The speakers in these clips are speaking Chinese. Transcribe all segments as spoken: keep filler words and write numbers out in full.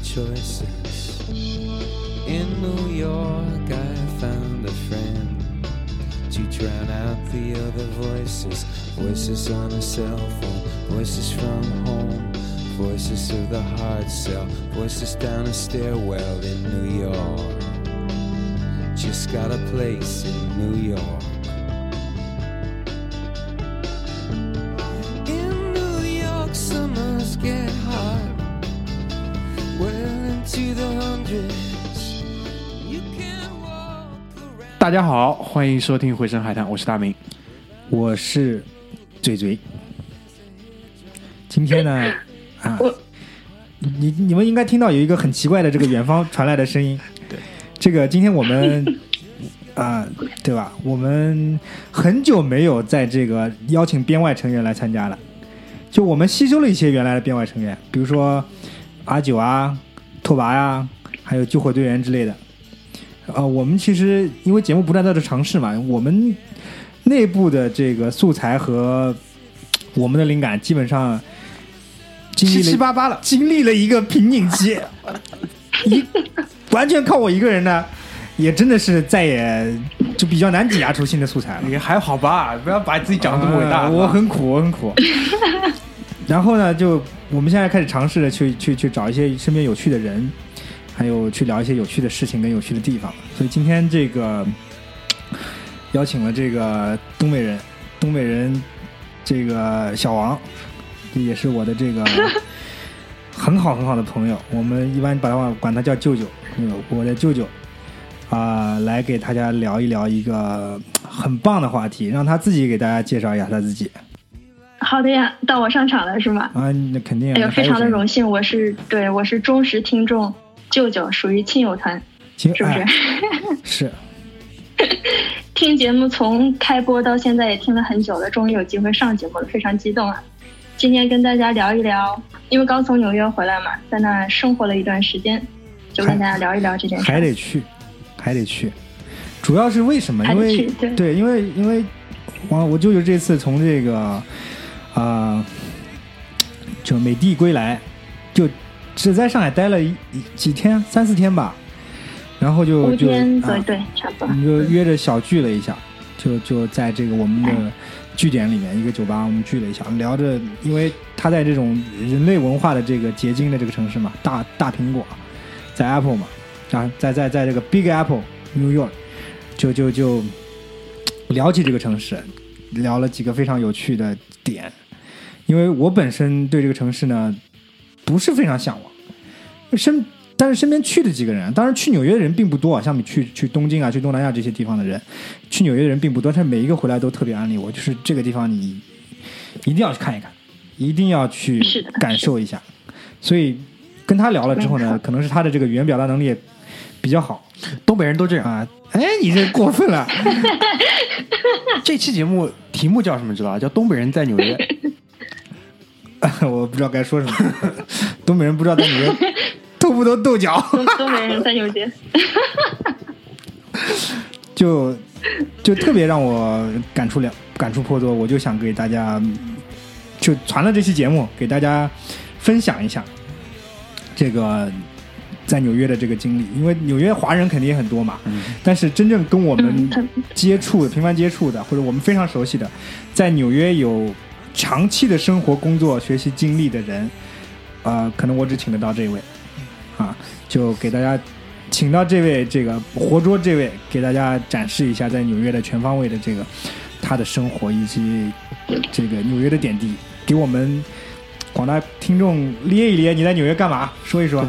choices. In New York I found a friend to drown out the other voices. Voices on a cell phone, voices from home, voices of the hard cell, voices down a stairwell in New York. Just got a place in New York. In New York summers get hot, well into the hundreds. You can't walk around. 大家好，欢迎收听回声海滩，我是大明， 我是嘴嘴。今天呢，啊，你你们应该听到有一个很奇怪的这个远方传来的声音。 对， 这个今天我们啊、呃，对吧？我们很久没有在这个邀请编外成员来参加了，就我们吸收了一些原来的编外成员，比如说阿九啊、拓跋呀，还有救火队员之类的。呃，我们其实因为节目不断在这尝试嘛，我们内部的这个素材和我们的灵感基本上经历了七七八八了， 经历了一个瓶颈期，一完全靠我一个人呢，也真的是再也就比较难挤压出新的素材了。 也还好吧，不要把自己讲得这么伟大、 呃。我很苦，我很苦。然后呢，就我们现在开始尝试着去去去找一些身边有趣的人，还有去聊一些有趣的事情跟有趣的地方。所以今天这个邀请了这个东北人，东北人这个小王，这也是我的这个很好很好的朋友，我们一般把他管他叫舅舅，我的舅舅啊、呃，来给大家聊一聊一个很棒的话题，让他自己给大家介绍一下他自己。 好的呀，到我上场了是吗？ 啊，那肯定、啊。 哎呦，非常的荣幸，我是对我是忠实听众，舅舅属于亲友团，是不是？ 哎、是。 听节目从开播到现在也听了很久了，终于有机会上节目了，非常激动啊！今天跟大家聊一聊，因为刚从纽约回来嘛，在那生活了一段时间，就跟大家聊一聊这件事。 还得去，还得去，主要是为什么？因为对, 对，因为因为我我舅舅这次从这个啊、呃，就美的归来，就只在上海待了一几天，三四天吧。然后就五天左右、 啊、 对，差不多。 我们就约着小聚了一下，就就在这个我们的据点里面一个酒吧，我们聚了一下，聊着，因为他在这种人类文化的这个结晶的这个城市嘛，大大苹果，在 Apple 嘛，啊，在在在这个 Big Apple New York， 就就就聊起这个城市，聊了几个非常有趣的点，因为我本身对这个城市呢不是非常向往，身。但是身边去的几个人，当然去纽约的人并不多啊，相比去去东京啊、去东南亚这些地方的人，去纽约的人并不多。但是每一个回来都特别安利我，就是这个地方你一定要去看一看，一定要去感受一下。所以跟他聊了之后呢，可能是他的这个语言表达能力也比较好。 东北人都这样啊！哎，你这过分了。 这期节目题目叫什么？知道？叫东北人在纽约。 我不知道该说什么。东北人不知道在纽约。偷不偷豆角？ 东东北人在纽约， 就就特别让我感触了感触颇多，我就想给大家就传了这期节目，给大家分享一下这个在纽约的这个经历，因为纽约华人肯定也很多嘛，嗯、但是真正跟我们接触的、频繁接触的，或者我们非常熟悉的，在纽约有长期的生活、工作、学习经历的人，呃，可能我只请得到这位。啊，就给大家请到这位这个活捉这位，给大家展示一下在纽约的全方位的这个他的生活以及这个纽约的点滴，给我们广大听众咧一咧。你在纽约干嘛？说一说。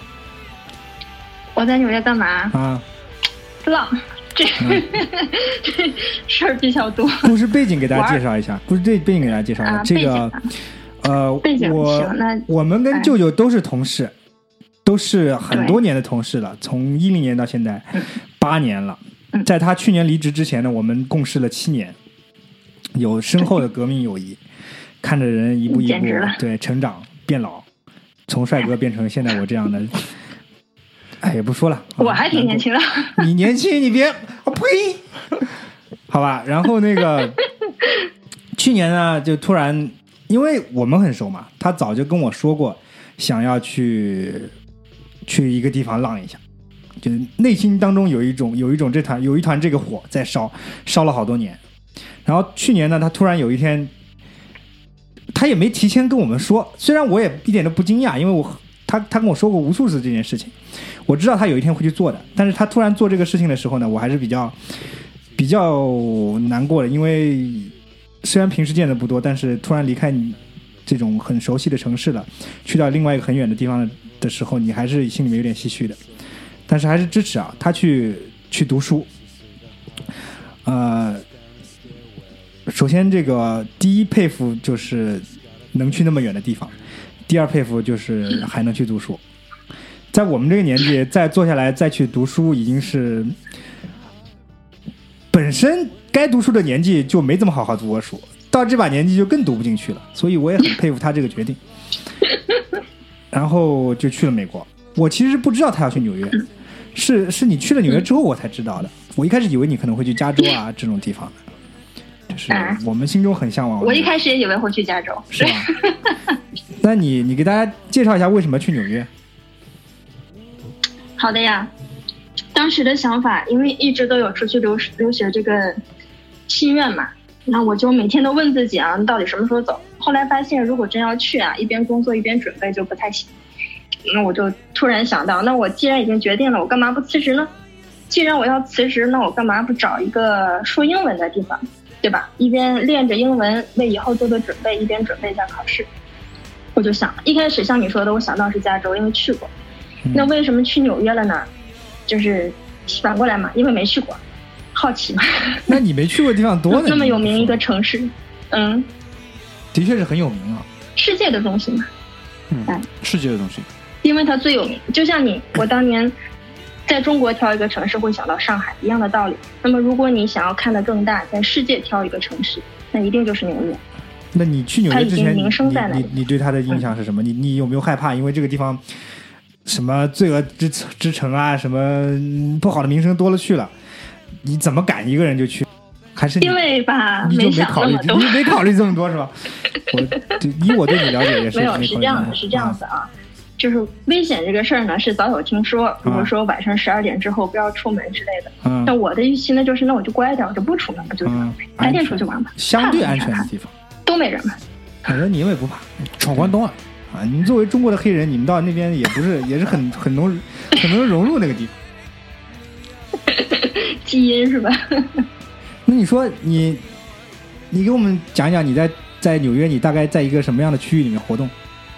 我在纽约干嘛？ 啊， 浪，这、嗯、这事儿比较多。 故事背景给大家介绍一下，故事背背景给大家介绍一下。 啊、 这个呃，我我们跟舅舅都是同事。都是很多年的同事了，从一零年到现在八年了。在他去年离职之前呢，我们共事了七年，有深厚的革命友谊，看着人一步一步对成长变老，从帅哥变成现在我这样的。哎，也不说了， 我还挺年轻的。 你年轻，你别，我呸！好吧，然后那个去年呢，就突然，因为我们很熟嘛，他早就跟我说过，想要去。 去一个地方浪一下，就内心当中有一种有一种这团有一团这个火在烧，烧了好多年。然后去年呢，他突然有一天，他也没提前跟我们说，虽然我也一点都不惊讶，因为我他他跟我说过无数次这件事情，我知道他有一天会去做的，但是他突然做这个事情的时候呢，我还是比较比较难过的，因为虽然平时见的不多，但是突然离开你这种很熟悉的城市了，去到另外一个很远的地方的时候，你还是心里面有点唏嘘的，但是还是支持啊，他去去读书。呃，首先这个第一佩服就是能去那么远的地方，第二佩服就是还能去读书。在我们这个年纪再坐下来再去读书，已经是本身该读书的年纪就没怎么好好读过书，到这把年纪就更读不进去了，所以我也很佩服他这个决定。然后就去了美国。我其实不知道他要去纽约，是是你去了纽约之后我才知道的。我一开始以为你可能会去加州啊这种地方的，就是我们心中很向往。 我一开始也以为会去加州， 是吧？那你你给大家介绍一下为什么去纽约？ 好的呀，当时的想法，因为一直都有出去留留学这个心愿嘛，那我就每天都问自己啊，到底什么时候走？后来发现，如果真要去啊，一边工作一边准备就不太行。那我就突然想到，那我既然已经决定了，我干嘛不辞职呢？既然我要辞职，那我干嘛不找一个说英文的地方，对吧？一边练着英文为以后做做准备，一边准备一下考试。我就想，一开始像你说的，我想到是加州，因为去过。那为什么去纽约了呢？就是反过来嘛，因为没去过，好奇嘛。 那你没去过的地方多呢？ 那么有名一个城市，嗯， 的确是很有名啊， 世界的中心嘛。 嗯，世界的中心， 因为它最有名。就像你，我当年在中国挑一个城市会想到上海一样的道理。那么如果你想要看得更大，在世界挑一个城市，那一定就是纽约。 那你去纽约之前， 它已经名声在那里。 你你你对它的印象是什么？嗯、你你有没有害怕？因为这个地方什么罪恶之之城啊，什么不好的名声多了去了，你怎么敢一个人就去？还是因为吧， 你就没考虑，你没考虑这么多是吧？我以我对你了解也是没有，是这样的，是这样子啊。就是危险这个事儿呢，是早有听说，比如说晚上十二点之后不要出门之类的。嗯，那我的预期呢，就是那我就乖点，我就不出门了，就白天出去玩吧， 相对安全的地方， 都没人嘛。 反正你们也不怕， 闯关东啊！ 啊，你作为中国的黑人，你们到那边也不是，也是很很能很能融入那个地方。基因是吧？ 那你说你，你给我们讲一讲你在在纽约，你大概在一个什么样的区域里面活动？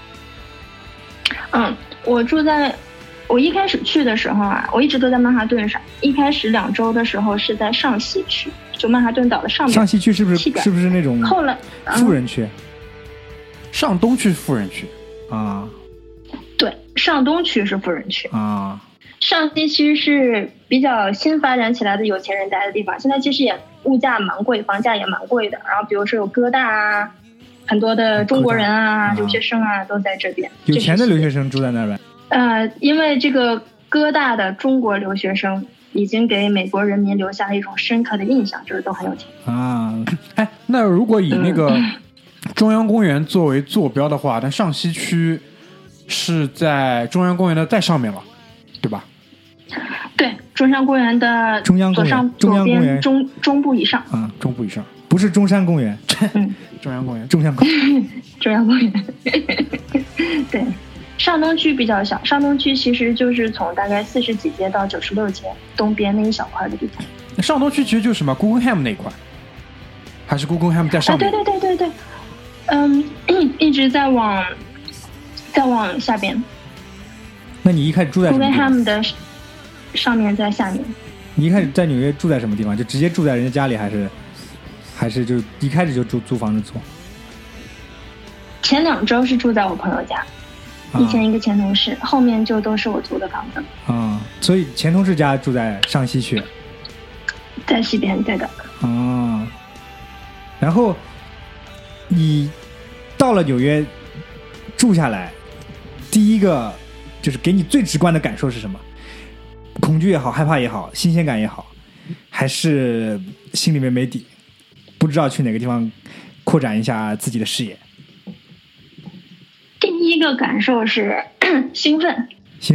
嗯，我住在，我一开始去的时候啊，我一直都在曼哈顿上。一开始两周的时候是在上西区，就曼哈顿岛的上面。 上西区是不是是不是那种？ 后来富人区、嗯， 上东区富人区啊。 对，上东区是富人区啊。 上西区是比较新发展起来的有钱人待的地方，现在其实也物价蛮贵，房价也蛮贵的。然后比如说有哥大啊，很多的中国人啊、啊留学生啊都在这边。 有钱的留学生住在那儿呗？ 呃，因为这个哥大的中国留学生已经给美国人民留下了一种深刻的印象，就是都很有钱啊。 哎，那如果以那个中央公园作为坐标的话，但上西区是在中央公园的再上面了，对吧？ 对，中山公园的中央公园， 左上中央公园中中部以上啊，中部以上，不是中山公园， 嗯， 中央公园， 中山公园， 中央公园，对，上东区比较小，上东区其实就是从大概四十几街到九十六街东边那一小块的地方。 上东区其实就是什么 Guggenheim 那一块，还是 Guggenheim 在上面？ 啊，对对对对对，嗯，一直在往再往下边。 那你一开始住在什么地方？ Guggenheim 的上面在下面。 你一开始在纽约住在什么地方？就直接住在人家家里，还是还是就一开始就住租房子住？ 前两周是住在我朋友家， 啊、 以前一个前同事，后面就都是我租的房子。 啊，所以前同事家住在上西区， 在西边，对的。 啊，然后你到了纽约住下来，第一个就是给你最直观的感受是什么？恐惧也好，害怕也好，新鲜感也好，还是心里面没底，不知道去哪个地方扩展一下自己的视野。 第一个感受是兴奋， 兴奋，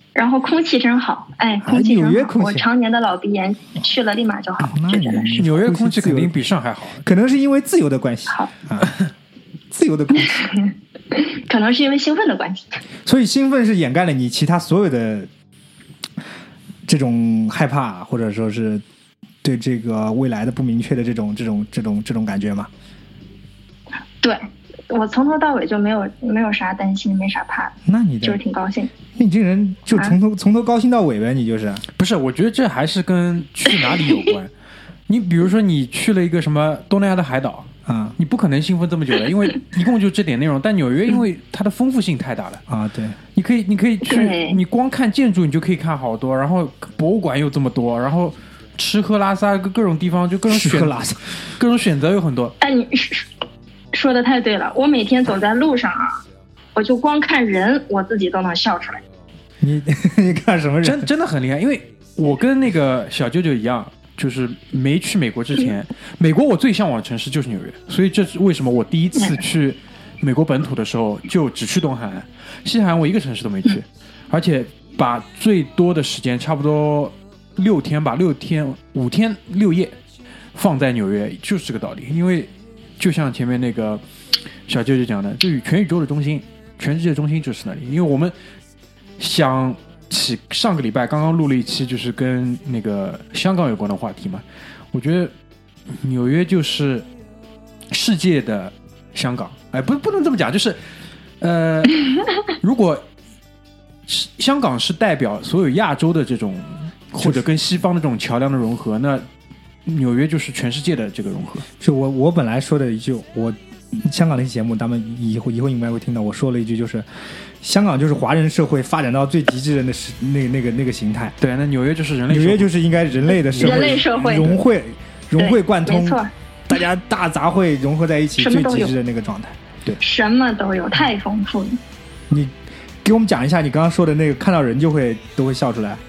然后空气真好，哎，空气真好。 纽约空气我常年的老鼻炎去了立马就好， 那这真的是纽约空气肯定比上海好。 可能是因为自由的关系。 好啊，自由的空气。 可能是因为兴奋的关系。 所以兴奋是掩盖了你其他所有的这种害怕，或者说是对这个未来的不明确的这种这种这种这种感觉嘛？ 对，我从头到尾就没有没有啥担心，没啥怕的， 那你的就是挺高兴。 那你这个人就从头、啊、从头高兴到尾呗，你就是不是？我觉得这还是跟去哪里有关。你比如说，你去了一个什么东南亚的海岛啊， 你不可能兴奋这么久的，因为一共就这点内容。但纽约因为它的丰富性太大了啊，对， 你可以你可以去，你光看建筑你就可以看好多，然后博物馆又这么多，然后吃喝拉撒各种地方就各种选各种选择有很多。 哎，你说的太对了，我每天走在路上啊，我就光看人，我自己都能笑出来。 你你看什么人？ 真真的很厉害，因为我跟那个小舅舅一样，就是没去美国之前，嗯、美国我最向往的城市就是纽约，所以这是为什么我第一次去美国本土的时候就只去东海岸，西海岸我一个城市都没去，而且把最多的时间差不多六天吧，六天五天六夜放在纽约，就是这个道理。因为就像前面那个小舅舅讲的，就全宇宙的中心，全世界的中心就是那里。因为我们想起上个礼拜刚刚录了一期，就是跟那个香港有关的话题嘛，我觉得纽约就是世界的香港。哎，不不能这么讲，就是呃，如果香港是代表所有亚洲的这种，或者跟西方的这种桥梁的融合，那纽约就是全世界的这个融合。 是我我本来说的一句，我香港那期节目，他们以后以后应该会听到，我说了一句，就是香港就是华人社会发展到最极致的那是那那个那个形态。 对，那纽约就是人类社会， 纽约就是应该人类的社会， 人类社会融汇融会贯通， 没错， 大家大杂烩融合在一起，最极致的那个状态。对， 什么都有，太丰富了。 你给我们讲一下，你刚刚说的那个看到人就会都会笑出来。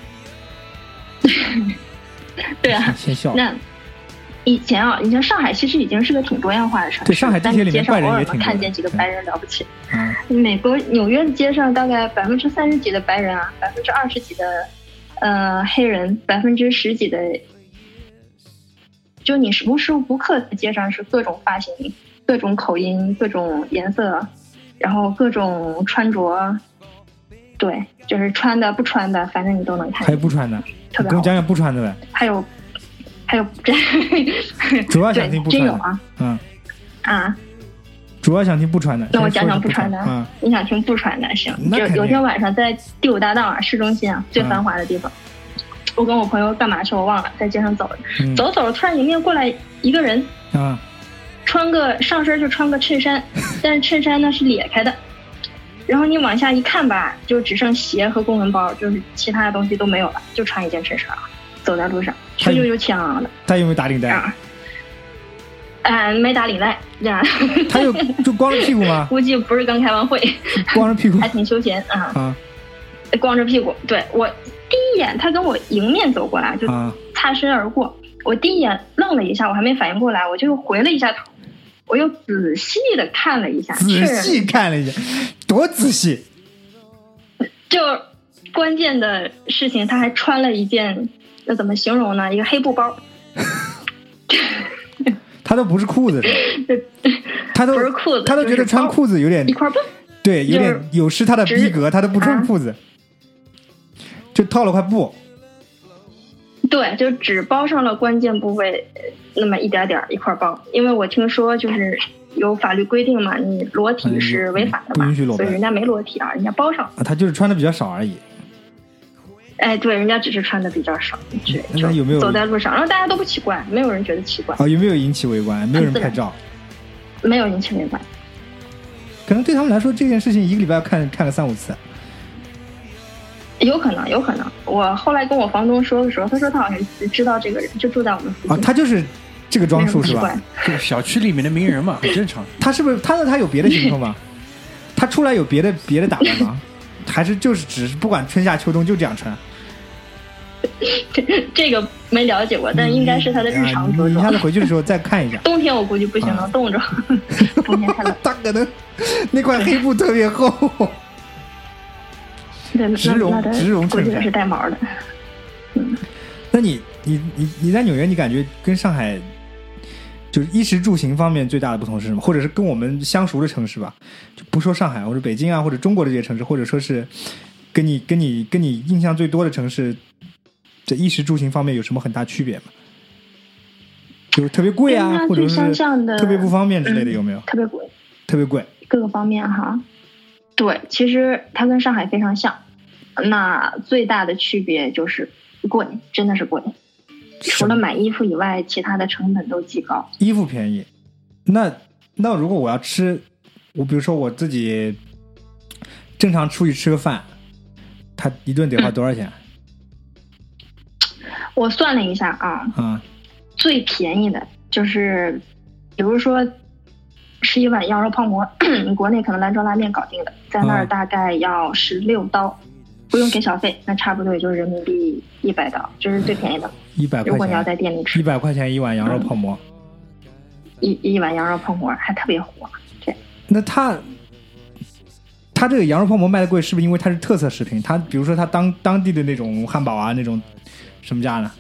对啊， 先笑。 那以前啊，以前上海其实已经是个挺多样化的城市， 对，上海地铁里面街上偶尔能看见几个白人了不起。 嗯， 美国纽约的街上大概百分之三十几的白人啊，百分之二十几的呃黑人，百分之十几的，就你是无时无刻在街上是各种发型、各种口音、各种颜色，然后各种穿着，对，就是穿的不穿的，反正你都能看见。 还有不穿的， 特别好。 跟我讲讲不穿的呗。 还有。还有， 主要想听不穿的， 真有啊， 嗯啊， 主要想听不穿的。 那我讲讲不穿的， 嗯， 你想听不穿的，行。就有天晚上在第五大道啊，市中心啊，最繁华的地方，嗯、我跟我朋友干嘛去我忘了，在街上走，嗯、走走，突然迎面过来一个人， 啊， 穿个上身就穿个衬衫，但是衬衫呢是裂开的，然后你往下一看吧，就只剩鞋和公文包，就是其他的东西都没有了，就穿一件衬衫了。走在路上，咻咻就呛了。 他有没有打领带？ 啊，哎、呃，没打领带，这样。 他有就光着屁股吗？ 估计不是刚开完会， 光着屁股， 还挺休闲啊。 啊， 光着屁股，对我第一眼，他跟我迎面走过来，就擦身而过。啊、我第一眼愣了一下，我还没反应过来，我就回了一下头，我又仔细的看了一下， 仔细看了一下，多仔细。 就关键的事情，他还穿了一件。那怎么形容呢？一个黑布包， 他都不是裤子，他都不是裤子， 他都觉得穿裤子有点一块布， 对，有点有失他的逼格，他都不穿裤子，啊、就套了块布， 对，就只包上了关键部位那么一点点一块包，因为我听说就是有法律规定嘛，你裸体是违法的嘛， 不允许裸， 所以人家没裸体啊，人家包上， 啊、他就是穿的比较少而已。 哎，对，人家只是穿的比较少， 那有没有走在路上，然后大家都不奇怪，没有人觉得奇怪。 哦，有没有引起围观？没有人拍照， 没有引起围观。 可能对他们来说，这件事情一个礼拜要看看个三五次。 有可能，有可能。我后来跟我房东说的时候，他说他好像知道这个人，就住在我们附近。 啊，他就是这个装束是吧？ 就小区里面的名人嘛，很正常。 他是不是他他有别的行头吗？他出来有别的别的打扮吗？还是就是只是不管春夏秋冬就这样穿？ 这这个没了解过，但应该是他的日常着装。 你下次回去的时候再看一下。 冬天我估计不行，能冻着。冬天太冷。 他可能那块黑布特别厚。 对， 植绒那那植绒衬衫估计是带毛的。嗯， 那你你你你在纽约，你感觉跟上海就是衣食住行方面最大的不同是什么？或者是跟我们相熟的城市吧，就不说上海或者北京啊，或者中国的这些城市，或者说是跟你跟你跟你印象最多的城市，这衣食住行方面有什么很大区别吗？就特别贵啊，或者是特别不方便之类的，有没有？ 嗯、特别贵， 特别贵， 各个方面哈。对，其实它跟上海非常像，那最大的区别就是贵，真的是贵。除了买衣服以外，其他的成本都极高。 衣服便宜，那那如果我要吃，我比如说我自己正常出去吃个饭，他一顿得花多少钱？ 嗯、我算了一下啊， 嗯， 最便宜的就是，比如说吃一碗羊肉泡馍，国内可能兰州拉面搞定的，在那儿大概要十六刀。嗯，不用给小费，那差不多也就是人民币一百刀，这是最便宜的。 一百块钱， 如果你要在店里吃， 一百块钱一碗羊肉泡馍， 嗯、一一碗羊肉泡馍还特别火。这那他他这个羊肉泡馍卖的贵，是不是因为它是特色食品？他比如说他当当地的那种汉堡啊，那种什么价呢？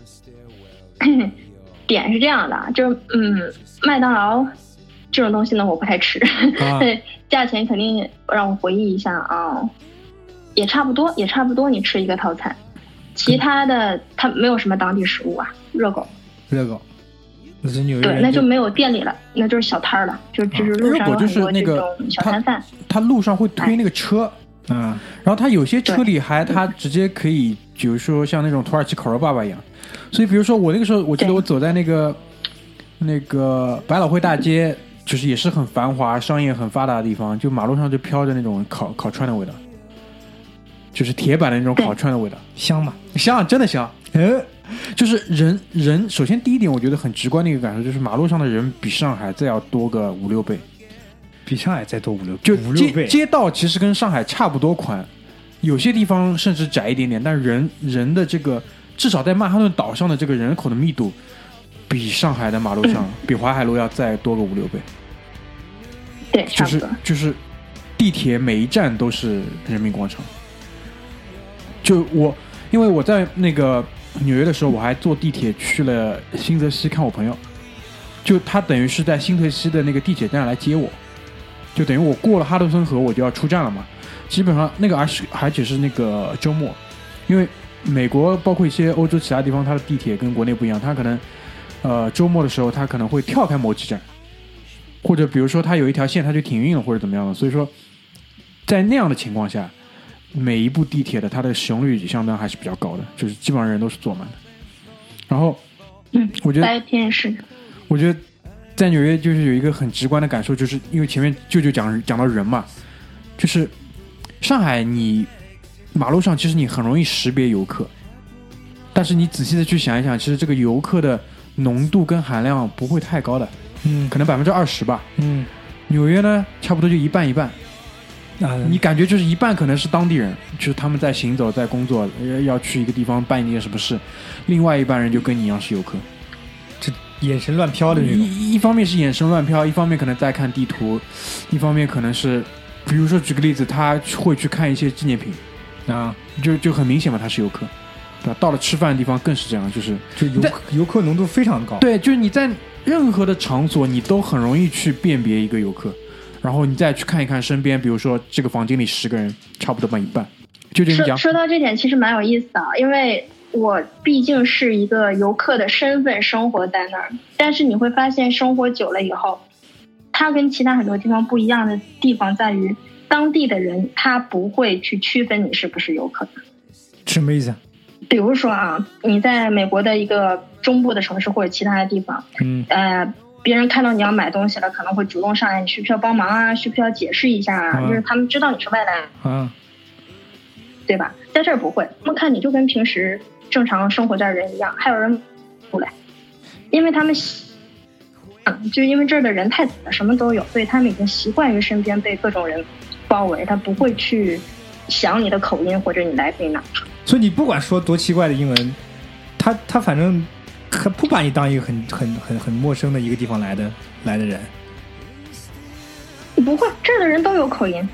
点是这样的，就是嗯，麦当劳这种东西呢，我不太吃，啊、价钱肯定让我回忆一下啊。也差不多，也差不多，你吃一个套餐，其他的它没有什么当地食物啊，热狗， 热狗，那是纽约对，那就没有店里了，那就是小摊了，就只是路上有很多这种小摊贩， 他路上会推那个车，嗯，然后他有些车里还他直接可以，比如说像那种土耳其烤肉爸爸一样，所以比如说我那个时候，我记得我走在那个那个百老汇大街，就是也是很繁华、商业很发达的地方，就马路上就飘着那种烤烤串的味道。就是铁板的那种烤串的味道， 香吗？ 香，真的香。嗯，就是人人，首先第一点，我觉得很直观的一个感受就是，马路上的人比上海再要多个五六倍， 比上海再多五六， 就五六倍。 街道其实跟上海差不多宽，有些地方甚至窄一点点，但人人的这个至少在曼哈顿岛上的这个人口的密度，比上海的马路上，嗯、比淮海路要再多个五六倍。 对， 就是就是地铁每一站都是人民广场。就我，因为我在那个纽约的时候，我还坐地铁去了新泽西看我朋友，就他等于是在新泽西的那个地铁站来接我，就等于我过了哈德森河我就要出站了嘛。基本上那个而是还只是那个周末，因为美国包括一些欧洲其他地方，它的地铁跟国内不一样，它可能呃周末的时候它可能会跳开某几站，或者比如说它有一条线它就停运了或者怎么样的，所以说在那样的情况下。每一部地铁的它的使用率相当还是比较高的，就是基本上人都是坐满的。然后， 嗯， 我觉得白天是， 我觉得在纽约就是有一个很直观的感受，就是因为前面舅舅讲讲到人嘛，就是上海你马路上其实你很容易识别游客，但是你仔细的去想一想，其实这个游客的浓度跟含量不会太高的， 嗯， 可能百分之二十吧， 嗯， 纽约呢差不多就一半一半。你感觉就是一半可能是当地人，就是他们在行走在工作要去一个地方办一件什么事，另外一半人就跟你一样是游客， 这眼神乱飘的那种。 一一方面是眼神乱飘，一方面可能在看地图，一方面可能是比如说举个例子，他会去看一些纪念品啊，就就很明显嘛，他是游客，对吧？到了吃饭的地方更是这样，就是就游游客浓度非常高。 对，就是你在任何的场所你都很容易去辨别一个游客，然后你再去看一看身边，比如说这个房间里十个人，差不多半一半。就这么讲。 说到这点其实蛮有意思的，因为我毕竟是一个游客的身份生活在那儿，但是你会发现生活久了以后，它跟其他很多地方不一样的地方在于，当地的人他不会去区分你是不是游客。 什么意思？ 比如说啊，你在美国的一个中部的城市或者其他的地方， 嗯， 呃，别人看到你要买东西了，可能会主动上来，你需不需要帮忙啊？需不需要解释一下啊？嗯、就是他们知道你是外来人， 嗯， 对吧？在这儿不会，他们看你就跟平时正常生活这儿人一样，还有人出来，因为他们，嗯，就因为这儿的人太多了，什么都有，所以他们已经习惯于身边被各种人包围，他不会去想你的口音或者你来自于哪。 所以你不管说多奇怪的英文，他他反正他不把你当一个很很很很陌生的一个地方来的来的人。 不会，这儿的人都有口音。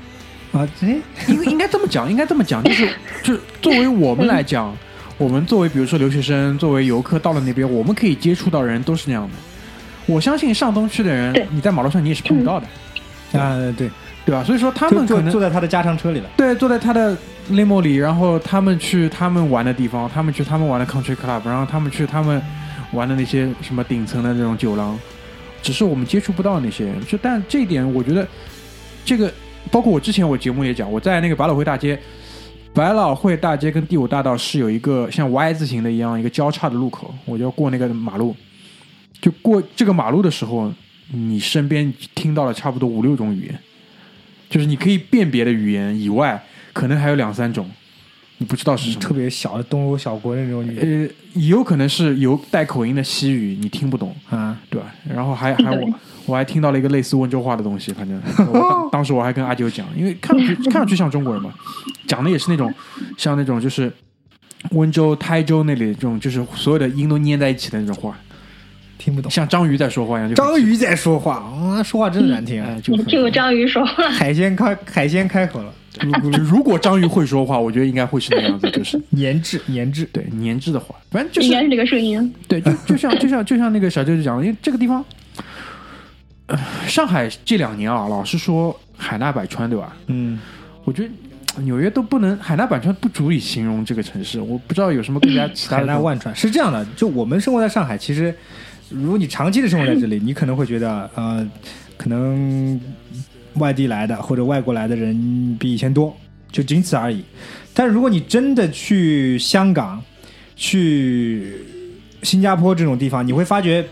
啊，哎， 应该应该这么讲，应该这么讲，就是就是作为我们来讲，我们作为比如说留学生，作为游客到了那边，我们可以接触到的人都是那样的。我相信上东区的人，你在马路上你也是碰不到的。 嗯、啊，对对吧？所以说他们可能坐在他的加长车里了。 对，坐在他的 limo 里，然后他们去他们玩的地方，他们去他们玩的 country club， 然后他们去他们玩的那些什么顶层的这种酒廊，只是我们接触不到那些人。就但这一点，我觉得这个包括我之前我节目也讲，我在那个百老汇大街，百老汇大街跟第五大道是有一个像 Y 字形的一样一个交叉的路口，我就要过那个马路，就过这个马路的时候，你身边听到了差不多五六种语言。就是你可以辨别的语言以外，可能还有两三种，你不知道是什么。 特别小的东欧小国的那种语言， 呃，也有可能是有带口音的西语，你听不懂啊，对吧？然后还还我我还听到了一个类似温州话的东西，反正我当当时我还跟阿九讲，因为看上去看上去像中国人嘛，讲的也是那种像那种就是温州、台州那里这种，就是所有的音都粘在一起的那种话。 听不懂， 像章鱼在说话一样。 章鱼在说话，啊，说话真难听。 哎， 你听过章鱼说话？ 海鲜开海鲜开口了。 如果章鱼会说话，我觉得应该会是那样子，就是粘质粘质， 对粘质的话，反正就是应该是这个声音。 对，就就像就像就像那个小舅子讲的，因为这个地方，呃，上海这两年啊，老是说海纳百川，对吧？ 嗯， 我觉得纽约都不能海纳百川，不足以形容这个城市。我不知道有什么更加其他的。 海纳万川是这样的，就我们生活在上海，其实。如果你长期的生活在这里，你可能会觉得，呃，可能外地来的或者外国来的人比以前多，就仅此而已。但是如果你真的去香港、去新加坡这种地方，你会发觉，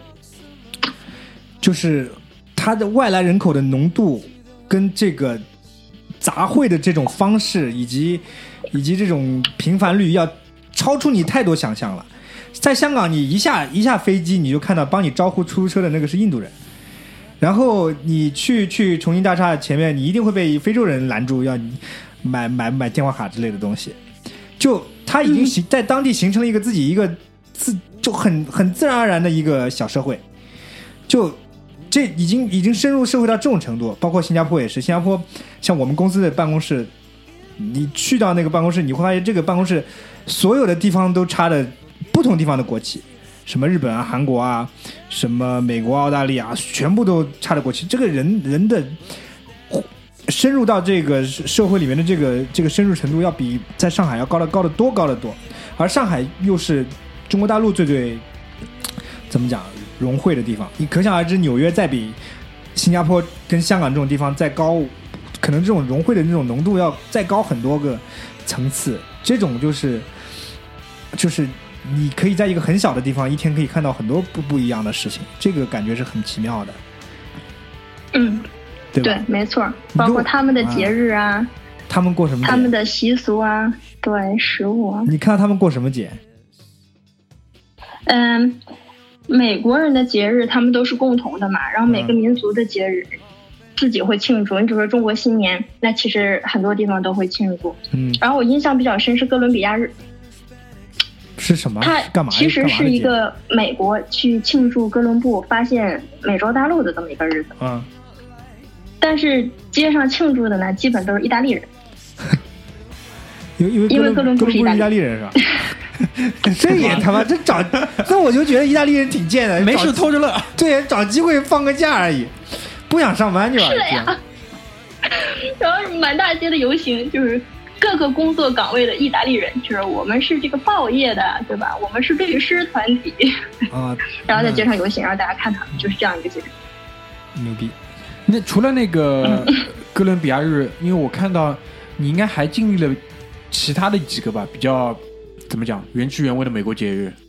就是它的外来人口的浓度跟这个杂烩的这种方式，以及以及这种频繁率，要超出你太多想象了。在香港，你一下一下飞机，你就看到帮你招呼出租车的那个是印度人，然后你去去重庆大厦前面，你一定会被非洲人拦住，要你买买买电话卡之类的东西。就他已经形在当地形成了一个自己一个自就很很自然而然的一个小社会，就这已经已经深入社会到这种程度。包括新加坡也是，新加坡像我们公司的办公室，你去到那个办公室，你会发现这个办公室所有的地方都插着不同地方的国旗，什么日本啊、韩国啊、什么美国、澳大利亚，全部都插着国旗。这个人人的深入到这个社会里面的这个这个深入程度，要比在上海要高的高的多高的多。而上海又是中国大陆最最怎么讲融汇的地方，你可想而知，纽约再比新加坡跟香港这种地方再高，可能这种融汇的那种浓度要再高很多个层次。这种就是就是你可以在一个很小的地方一天可以看到很多不不一样的事情，这个感觉是很奇妙的。 嗯， 对吧？ 对，没错，包括他们的节日啊，啊他们过什么节？ 他们的习俗啊，对，食物啊。 你看到他们过什么节？ 嗯，美国人的节日他们都是共同的嘛，然后每个民族的节日自己会庆祝。你比如说中国新年，那其实很多地方都会庆祝。 嗯， 然后我印象比较深是哥伦比亚日。 是什么？ 它干嘛？ 其实是一个美国去庆祝哥伦布发现美洲大陆的这么一个日子。 嗯， 但是街上庆祝的呢，基本都是意大利人。 因为因为哥伦布是意大利人是吧？这也他妈这找，那我就觉得意大利人挺贱的， 没事偷着乐， 对，找机会放个假而已，不想上班就完了。 是的呀。然后满大街的游行就是各个工作岗位的意大利人，就是我们是这个报业的，对吧？我们是律师团体啊， 然后在街上游行，让大家看他们，就是这样一个节日。 牛逼！ 那除了那个哥伦比亚日，因为我看到你应该还经历了其他的几个吧，比较怎么讲原汁原味的美国节日。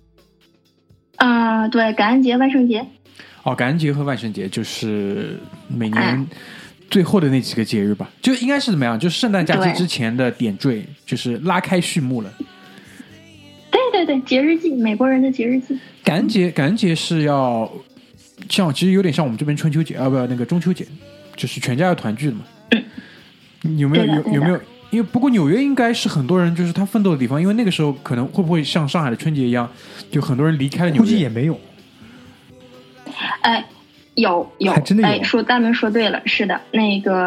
啊、呃，对，感恩节、万圣节。 哦，感恩节和万圣节就是每年最后的那几个节日吧，就应该是怎么样？就是圣诞假期之前的点缀，就是拉开序幕了。 对对对，节日季，美国人的节日季。 感恩节，感恩节是要像，其实有点像我们这边春秋节啊，不，那个中秋节，就是全家要团聚的嘛。嗯、有没有有有没有？因为不过纽约应该是很多人就是他奋斗的地方，因为那个时候可能会不会像上海的春节一样，就很多人离开了纽约？ 估计也没有。 哎，有有， 还真的有。 哎，说大明说对了，是的，那个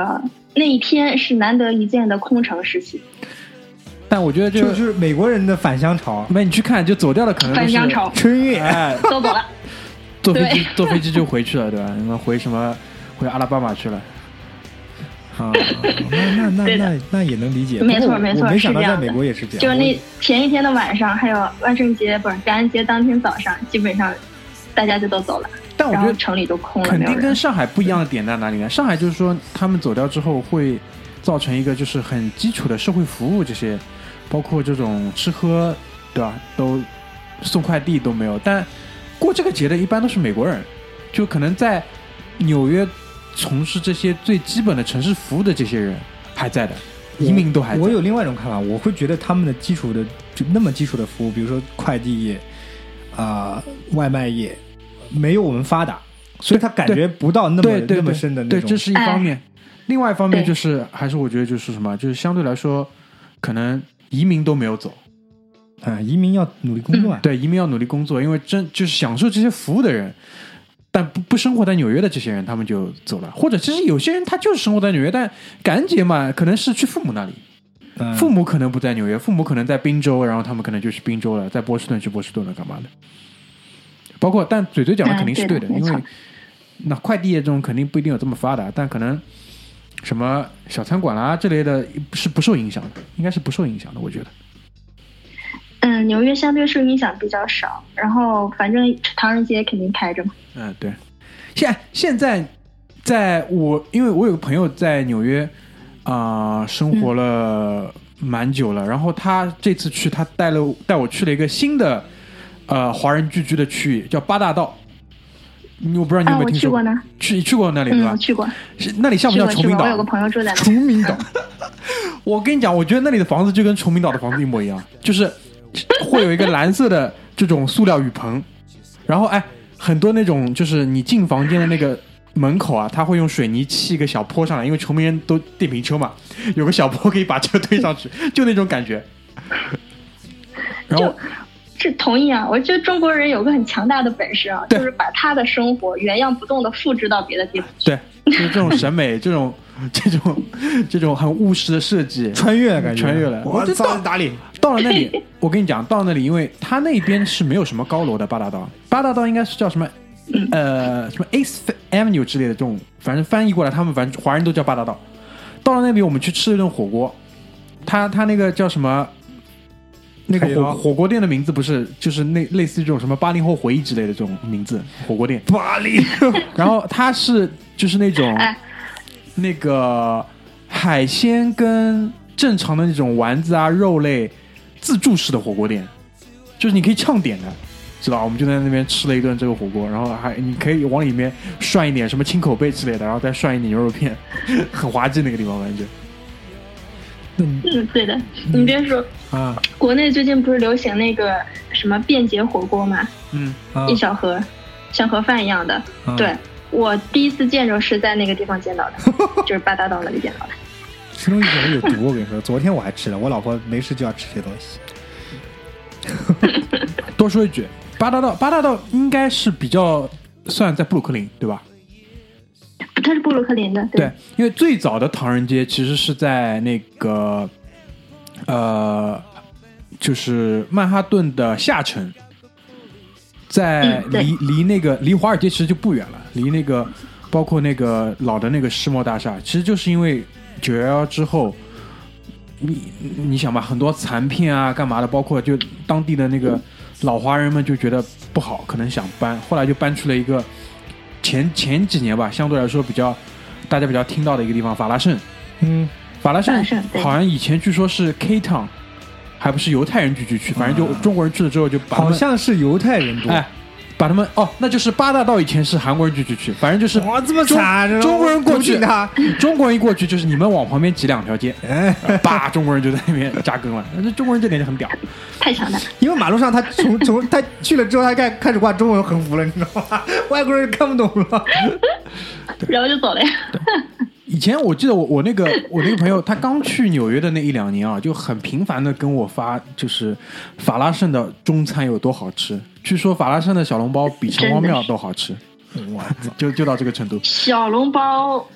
那一天是难得一见的空城时期。 但我觉得这就就是美国人的返乡潮， 没你去看，就走掉的可能都是返乡潮春运， 哎， 都走了， 坐飞机对坐飞机就回去了，对吧？什么回什么回阿拉巴马去了。 啊，那那那对的那那也能理解， 没错不过我没错我没想到在是这样的美国也是这样， 就是那前一天的晚上，还有万圣节不是感恩节当天早上，基本上大家就都走了， 但我觉得然后城里都空了， 肯没有人。 定跟上海不一样的点在哪里呢？上海就是说他们走掉之后会造成一个就是很基础的社会服务，这些包括这种吃喝，对吧？都送快递都没有。但过这个节的一般都是美国人，就可能在纽约从事这些最基本的城市服务的这些人还在的，移民都还在。 我有另外一种看法，我会觉得他们的基础的就那么基础的服务，比如说快递业啊、呃外卖业，没有我们发达，所以他感觉不到那么对对对那么深的那对， 种。 这是一方面。另外一方面对就是，还是我觉得就是什么，就是相对来说，可能移民都没有走。 啊、移民要努力工作啊。 对，移民要努力工作，因为真就是享受这些服务的人，但不不生活在纽约的这些人，他们就走了。或者其实有些人他就是生活在纽约，但感恩节嘛，可能是去父母那里， 嗯父母可能不在纽约，父母可能在宾州，然后他们可能就去宾州了，在波士顿去波士顿了，干嘛的？包括，但嘴嘴讲的肯定是对的，因为嗯对的没错那快递业这种肯定不一定有这么发达，但可能什么小餐馆啦之类的是不受影响的，应该是不受影响的，我觉得。 嗯，纽约相对受影响比较少，然后反正唐人街肯定开着嘛。 嗯，对。现现在，在我因为我有个朋友在纽约啊、呃生活了蛮久了，然后他这次去，他带了带我去了一个新的呃华人聚居的区域，叫八大道。你我不知道你有啊， 没有听说我去过呢， 去去过那里对嗯， 吧我？去过， 是那里像不去过去过， 像崇明岛？ 我有个朋友住在那。 崇明岛， 我跟你讲，我觉得那里的房子就跟崇明岛的房子一模一样，就是会有一个蓝色的这种塑料雨棚，然后哎，很多那种就是你进房间的那个门口啊，他会用水泥砌一个小坡上来，因为崇明人都电瓶车嘛，有个小坡可以把车推上去，就那种感觉。然后是同意啊，我觉得中国人有个很强大的本事啊， 对就是把他的生活原样不动的复制到别的地方去。 对，就是这种审美，这种这种这种很务实的设计， 穿越了感觉， 穿越了我我就到操哪里？ 到了那里，我跟你讲，到了那里，因为它那边是没有什么高楼的，八大道，八大道应该是叫什么，呃，什么 Eighth Avenue 之类的这种，反正翻译过来，他们反正华人都叫八大道。到了那里，我们去吃了一顿火锅，他他那个叫什么？那个海底捞火火锅店的名字不是就是那类似于这种什么八零后回忆之类的这种名字火锅店， 巴黎， 然后它是就是那种哎那个海鲜跟正常的那种丸子啊肉类自助式的火锅店，就是你可以畅点的，知道？我们就在那边吃了一顿这个火锅，然后还你可以往里面涮一点什么青口贝之类的，然后再涮一点牛肉片，很滑稽那个地方，反正就嗯嗯，对的，你别说， 啊国内最近不是流行那个什么便捷火锅嘛， 嗯啊一小盒，像盒饭一样的。 啊对，我第一次见着是在那个地方见到的，就是八大道那里见到的。 吃东西可能有毒，我跟你说，昨天我还吃了，我老婆没事就要吃这些东西。 多说一句，八大道八大道应该是比较算在布鲁克林对吧？ 它是布鲁克林的， 对，因为最早的唐人街其实是在那个呃，就是曼哈顿的下城，在嗯对离离那个离华尔街其实就不远了，离那个包括那个老的那个世贸大厦，其实就是因为九幺幺之后，你你想吧，很多残片啊干嘛的，包括就当地的那个老华人们就觉得不好，可能想搬，后来就搬出了一个。前前几年吧，相对来说比较大家比较听到的一个地方，法拉盛。 嗯， 法拉盛法拉盛对好像以前据说是 K Town， 还不是犹太人聚居区，反正就中国人去了之后就把他好们像是犹太人多。 哎，把他们哦，那就是八大道以前是韩国人聚居区，反正就是哇，这么中惨！ 中国人过去毒他， 中国人一过去就是你们往旁边挤两条街， 哎， 叭，中国人就在那边扎根了。那中国人这点就很屌。 太强大了。 因为马路上他从从他去了之后，他开开始挂中文横幅了，你知道吗？外国人看不懂了。 然后就走了呀。 以前我记得我我那个我那个朋友，他刚去纽约的那一两年啊，就很频繁的跟我发，就是法拉盛的中餐有多好吃。据说法拉盛的小笼包比城隍庙都好吃， 我操！ 就就到这个程度。 小笼包，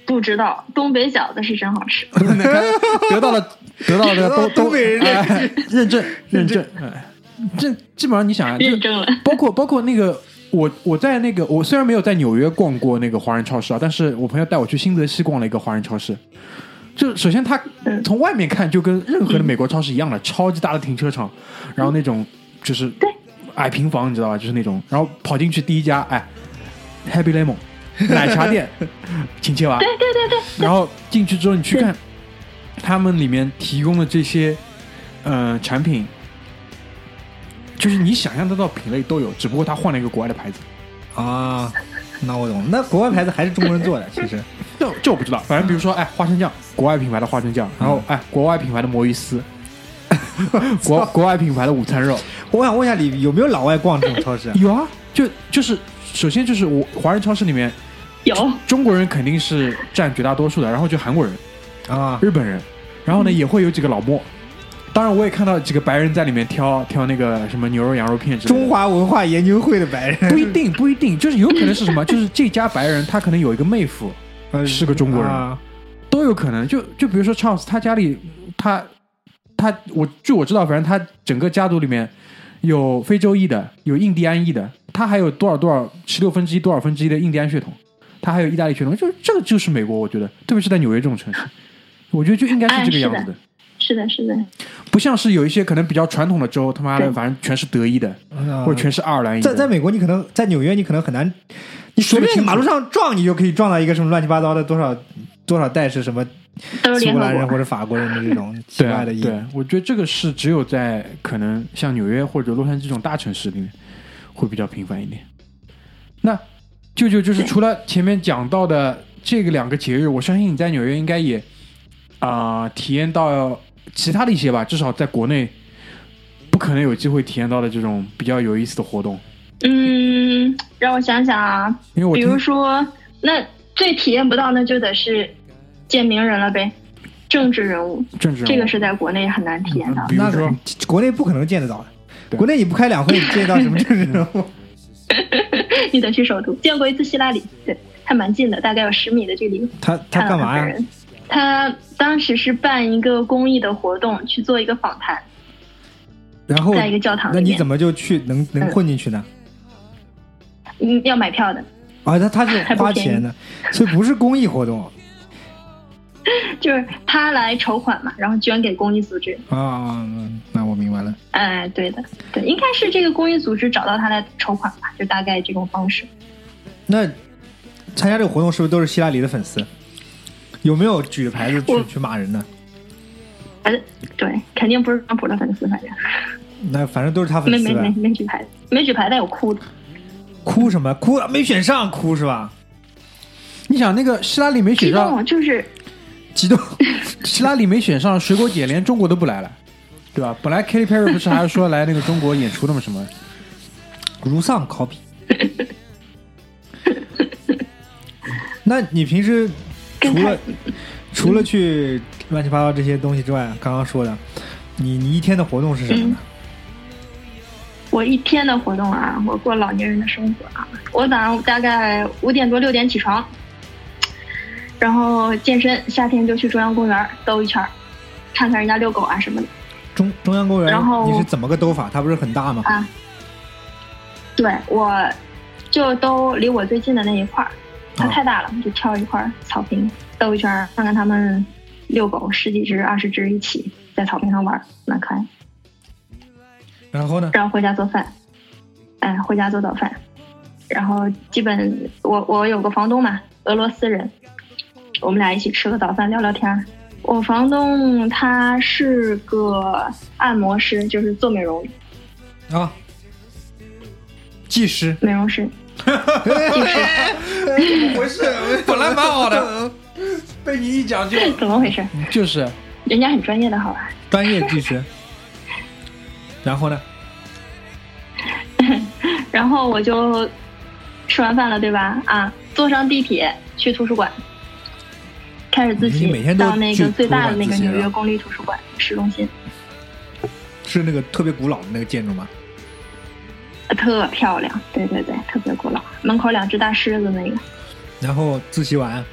不知道，东北饺子是真好吃。 得到了得到了东东北人哎认证认证，哎，这基本上你想认证了， 包括包括那个我我在那个我虽然没有在纽约逛过那个华人超市啊，但是我朋友带我去新泽西逛了一个华人超市。就首先它从外面看就跟任何的美国超市一样的，超级大的停车场，然后那种就是矮平房，你知道吧？就是那种，然后跑进去第一家，哎 ，Happy Lemon 奶茶店，请切娃， 对对对对。 然后进去之后，你去看他们里面提供的这些呃产品，就是你想象得到品类都有，只不过他换了一个国外的牌子啊。那我懂，那国外牌子还是中国人做的，其实这这我不知道。反正比如说，哎，花生酱，国外品牌的花生酱，然后哎，国外品牌的魔芋丝，国国外品牌的午餐肉。 我想问一下，你有没有老外逛这种超市？ 有啊，就就是首先就是我华人超市里面有中国人肯定是占绝大多数的，然后就韩国人啊、 日本人，然后呢、嗯、也会有几个老墨。当然，我也看到几个白人在里面挑挑那个什么牛肉、羊肉片之类的。 中华文化研究会的白人不一定，不一定，就是有可能是什么？就是这家白人他可能有一个妹夫是个中国人， 啊、 都有可能。就就比如说 Charles， 他家里他他我据我知道，反正他整个家族里面有非洲裔的，有印第安裔的，他还有多少多少十六分之一多少分之一的印第安血统，他还有意大利血统，就是这个就是美国，我觉得，特别是在纽约这种城市，我觉得就应该是这个样子的。 哎是的，是的， 不像是有一些可能比较传统的州，他妈的反正全是德裔的，或者全是爱尔兰裔的。 在在美国，你可能在纽约，你可能很难，你随便马路上撞，你就可以撞到一个什么乱七八糟的多少多少代是什么苏格兰人或者法国人的这种奇怪的裔。 对，我觉得这个是只有在可能像纽约或者洛杉矶这种大城市里面会比较频繁一点。那舅舅就是除了前面讲到的这个两个节日，我相信你在纽约应该也啊、呃、体验到其他的一些吧，至少在国内不可能有机会体验到的这种比较有意思的活动。 嗯，让我想想啊， 因为我比如说，那最体验不到那就得是见名人了呗，政治人物， 政治人物这个是在国内很难体验到的。 嗯、比如说， 国内不可能见得到的，国内你不开两会，你见到什么政治人物？ 你得去首都，见过一次希拉里，对，还蛮近的，大概有十米的距离。 他他干嘛呀？ 他当时是办一个公益的活动，去做一个访谈， 然后在一个教堂里面。 那你怎么就去能能混进去呢？ 嗯，要买票的。 啊，他他是花钱的，所以不是公益活动。 就是他来筹款嘛，然后捐给公益组织。 啊，那我明白了。 哎，对的，对，应该是这个公益组织找到他来筹款吧，就大概这种方式。 那参加这个活动是不是都是希拉里的粉丝？有没有举着牌子去去骂人呢？ 呃，对，肯定不是川普的粉丝，反正。 那反正都是他粉丝。 没没没没举牌，没举牌，但有哭的。 哭什么？哭没选上，哭是吧？ 你想那个希拉里没选上， 就是激动。 希拉里没选上，水果姐连中国都不来了，对吧？本来 Katy Perry 不是还是说来那个中国演出的吗？什么？ 如丧考妣。那你平时除了除了去乱七八糟这些东西之外，刚刚说的，你你一天的活动是什么呢？ 嗯、我一天的活动啊，我过老年人的生活啊。我早上大概五点多六点起床，然后健身，夏天就去中央公园兜一圈，看看人家遛狗啊什么的。 中中央公园， 然后你是怎么个兜法？它不是很大吗？ 啊，对，我就兜离我最近的那一块儿。它太大了，就挑一块草坪兜一圈，看看他们遛狗，十几只、二十只一起在草坪上玩，蛮可爱。 然后呢？ 然后回家做饭，哎，回家做早饭。然后基本我我有个房东嘛，俄罗斯人，我们俩一起吃个早饭，聊聊天。我房东他是个按摩师，就是做美容啊，技师， 美容师。 技师，怎么回事？ 本来蛮好的，被你一讲就怎么回事？ 就是人家很专业的，好吧？ 专业技师。然后呢？ 然后我就吃完饭了，对吧？啊，坐上地铁去图书馆，开始自习，到那个最大的那个纽约公立图书馆市中心。 是那个特别古老的那个建筑吗？ 特漂亮，对对对，特别古老，门口两只大狮子那个。 然后自习完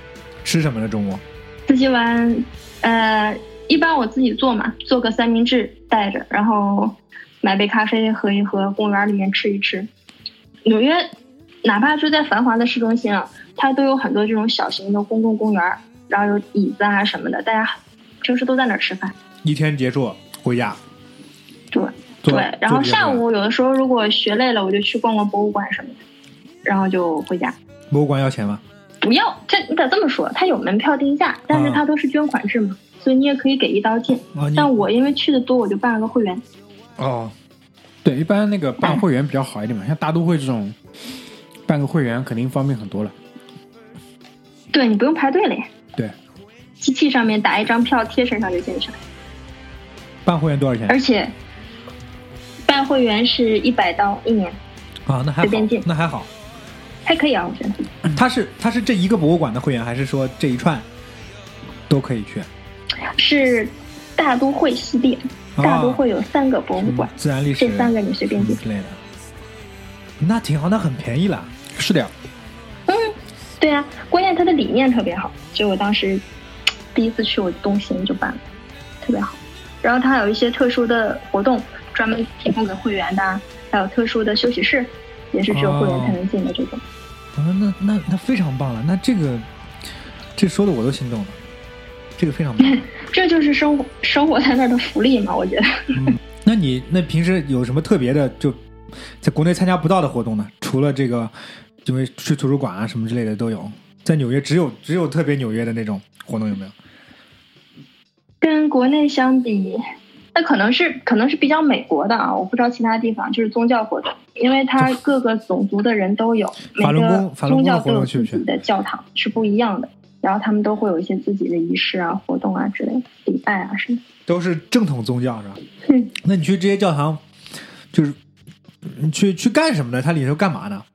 吃什么呢？中午自习完，呃，一般我自己做嘛，做个三明治带着，然后买杯咖啡喝一喝，公园里面吃一吃。纽约哪怕是在繁华的市中心啊，它都有很多这种小型的公共公园，然后有椅子啊什么的，大家平时都在那儿吃饭。 一天结束回家。 对对，然后下午有的时候如果学累了，我就去逛逛博物馆什么的，然后就回家。 博物馆要钱吗？ 不要，这你得这么说，它有门票定价，但是它都是捐款制嘛，啊、所以你也可以给一刀进。啊、但我因为去的多，我就办了个会员。 哦， 对，一般那个办会员比较好一点嘛，像大都会这种办个会员肯定方便很多了。 对，你不用排队了。 对， 机器上面打一张票贴身上就进去了。 办会员多少钱？ 而且办会员是一百刀一年。 啊，那还好， 随便进， 那还好， 还可以啊，我觉得。 他是他是这一个博物馆的会员，还是说这一串都可以去？ 是大都会系列， 哦、 大都会有三个博物馆， 自然历史这三个你随便进之类的。那挺好，那很便宜了。 是的呀。 嗯，对啊，关键它的理念特别好，所以我当时第一次去我动心就办了，特别好。然后它还有一些特殊的活动，专门提供给会员的，还有特殊的休息室，也是只有会员才能进的这种。 啊、哦，那那那非常棒了，那这个这说的我都心动了，这个非常棒。 这就是生活生活在那儿的福利嘛，我觉得。 嗯，那你那平时有什么特别的，就在国内参加不到的活动呢？除了这个，因为去图书馆啊什么之类的都有，在纽约只有只有特别纽约的那种活动有没有？ 跟国内相比，那可能是可能是比较美国的啊，我不知道其他地方，就是宗教活动，因为它各个种族的人都有，每个宗教都有自己的教堂是不一样的，然后他们都会有一些自己的仪式啊、活动啊之类的，礼拜啊什么， 都是正统宗教是吧？ 嗯， 那你去这些教堂，就是你去去干什么呢？它里头干嘛呢？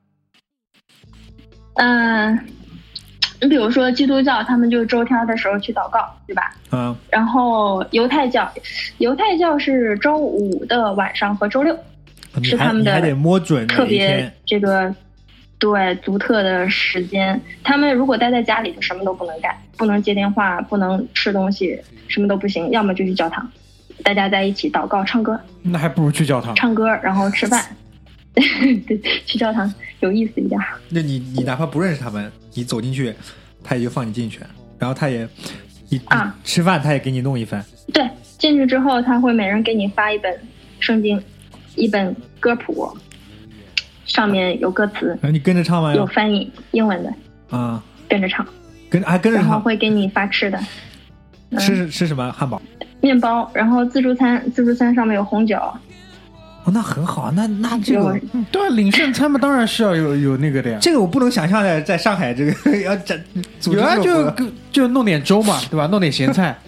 嗯、呃。你比如说基督教，他们就周天的时候去祷告，对吧？ 嗯。 然后犹太教，犹太教是周五的晚上和周六，是他们的还得摸准特别这个对独特的时间。他们如果待在家里，就什么都不能干，不能接电话，不能吃东西，什么都不行，要么就去教堂，大家在一起祷告、唱歌。 那还不如去教堂唱歌，然后吃饭。对，去教堂有意思一点。 那你你哪怕不认识他们，你走进去，他也就放你进去，然后他也你啊吃饭他也给你弄一份。 对，进去之后他会每人给你发一本圣经，一本歌谱，上面有歌词。 然后你跟着唱吗？ 有翻译英文的啊，跟着唱， 跟还跟着唱， 然后会给你发吃的。 嗯、吃吃什么？汉堡、 面包，然后自助餐，自助餐上面有红酒。 哦，那很好，那那这个对啊，领圣餐嘛，当然是要有有那个的呀。 这个我不能想象在在上海这个要整组织有啊，就就弄点粥嘛，对吧？弄点咸菜。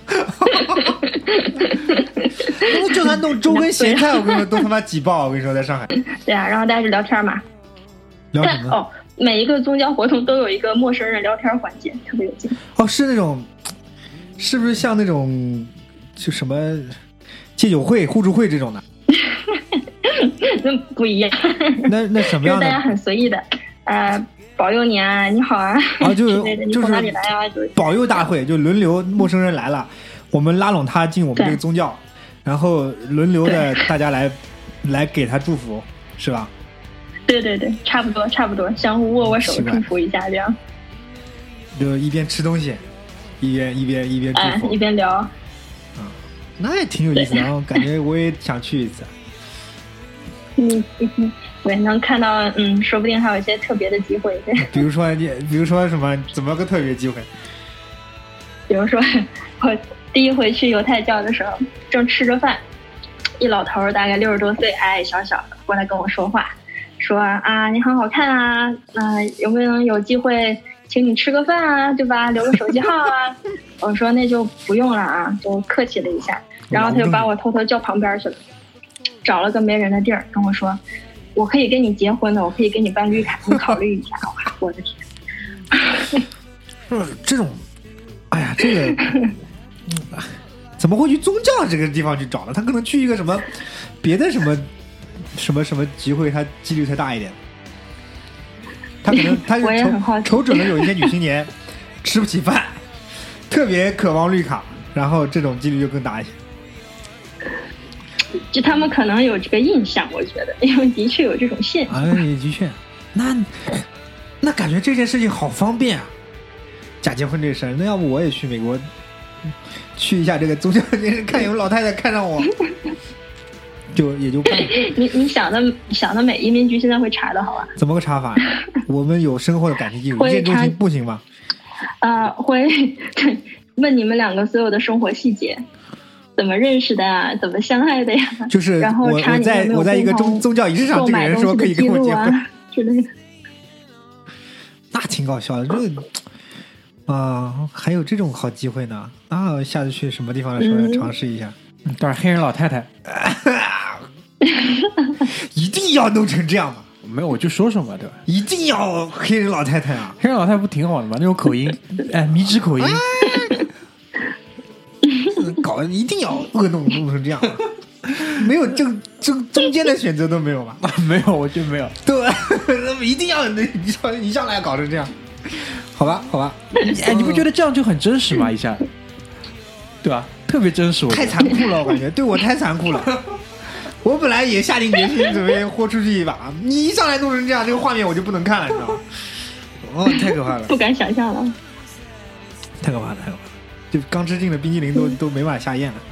就算弄粥跟咸菜，我跟你说都他妈挤爆！我跟你说，在上海。 对啊，然后大家就聊天嘛。 聊什么？ 哦，每一个宗教活动都有一个陌生人聊天环节，特别有劲。 哦，是那种，是不是像那种就什么戒酒会、互助会这种的？ 那不一样。 那那什么样的？ 大家很随意的，呃，保佑你啊，你好啊， 啊就你从哪里来啊？就保佑大会，就轮流陌生人来了，我们拉拢他进我们这个宗教，然后轮流的大家来来给他祝福，是吧？ 对对对，差不多差不多，相互握握手祝福一下，这样。 就一边吃东西，一边一边一边祝福， 哎、一边聊。 啊、嗯，那也挺有意思的，然后感觉我也想去一次。 嗯嗯，对，能看到，嗯，说不定还有一些特别的机会。对， 比如说你，比如说什么，怎么个特别机会？ 比如说，我第一回去犹太教的时候，正吃着饭，一老头大概六十多岁，矮矮小小的，过来跟我说话，说啊，你很好看啊，那、呃、有没有有机会请你吃个饭啊，对吧？留个手机号啊。我说那就不用了啊，就客气了一下，然后他就把我偷偷叫旁边去了。找了个没人的地儿，跟我说：“我可以跟你结婚的，我可以给你办绿卡，你考虑一下。”哇，我的天！ 是这种，哎呀，这个、嗯、怎么会去宗教这个地方去找呢？他可能去一个什么别的什么什么什么集会，他几率才大一点。他可能他瞅瞅准了有一些女青年吃不起饭，特别渴望绿卡，然后这种几率就更大一些。 就他们可能有这个印象，我觉得，因为的确有这种现象。 哎，的确，那那感觉这件事情好方便啊！假结婚这事儿，那要不我也去美国去一下这个宗教节日，看有老太太看上我，就也就办了。 你你想的想的美，移民局现在会查的好吧？ 怎么个查法？我们有深厚的感情基础，一见钟情不行吗？ 啊、呃，会问你们两个所有的生活细节。怎么认识的啊？怎么相爱的呀？ 就是然后查你有没有我在我在一个宗宗教仪式上，这个人说可以跟我结婚之类的， 那挺搞笑的。这个啊、呃，还有这种好机会呢！啊，下次去什么地方的时候要尝试一下。 嗯，当然黑人老太太， 一定要弄成这样吗？ 没有，我就说说嘛，对吧？ 一定要黑人老太太啊！ 黑人老太太不挺好的吗？那种口音，哎，迷之口音。 搞一定要恶弄弄成这样，没有正中中间的选择都没有吧？ 啊，没有，我就没有。 对，那么一定要一上一上来搞成这样，好吧，好吧。 哎，你不觉得这样就很真实吗？一下，对吧？特别真实，我太残酷了，我感觉对我太残酷了。我本来也下定决心准备豁出去一把，你一上来弄成这样，这个画面我就不能看了，你知道吗？哦，太可怕了， 不敢想象了， 太可怕了，太可怕了。就刚吃进的冰激凌都都没法下咽了。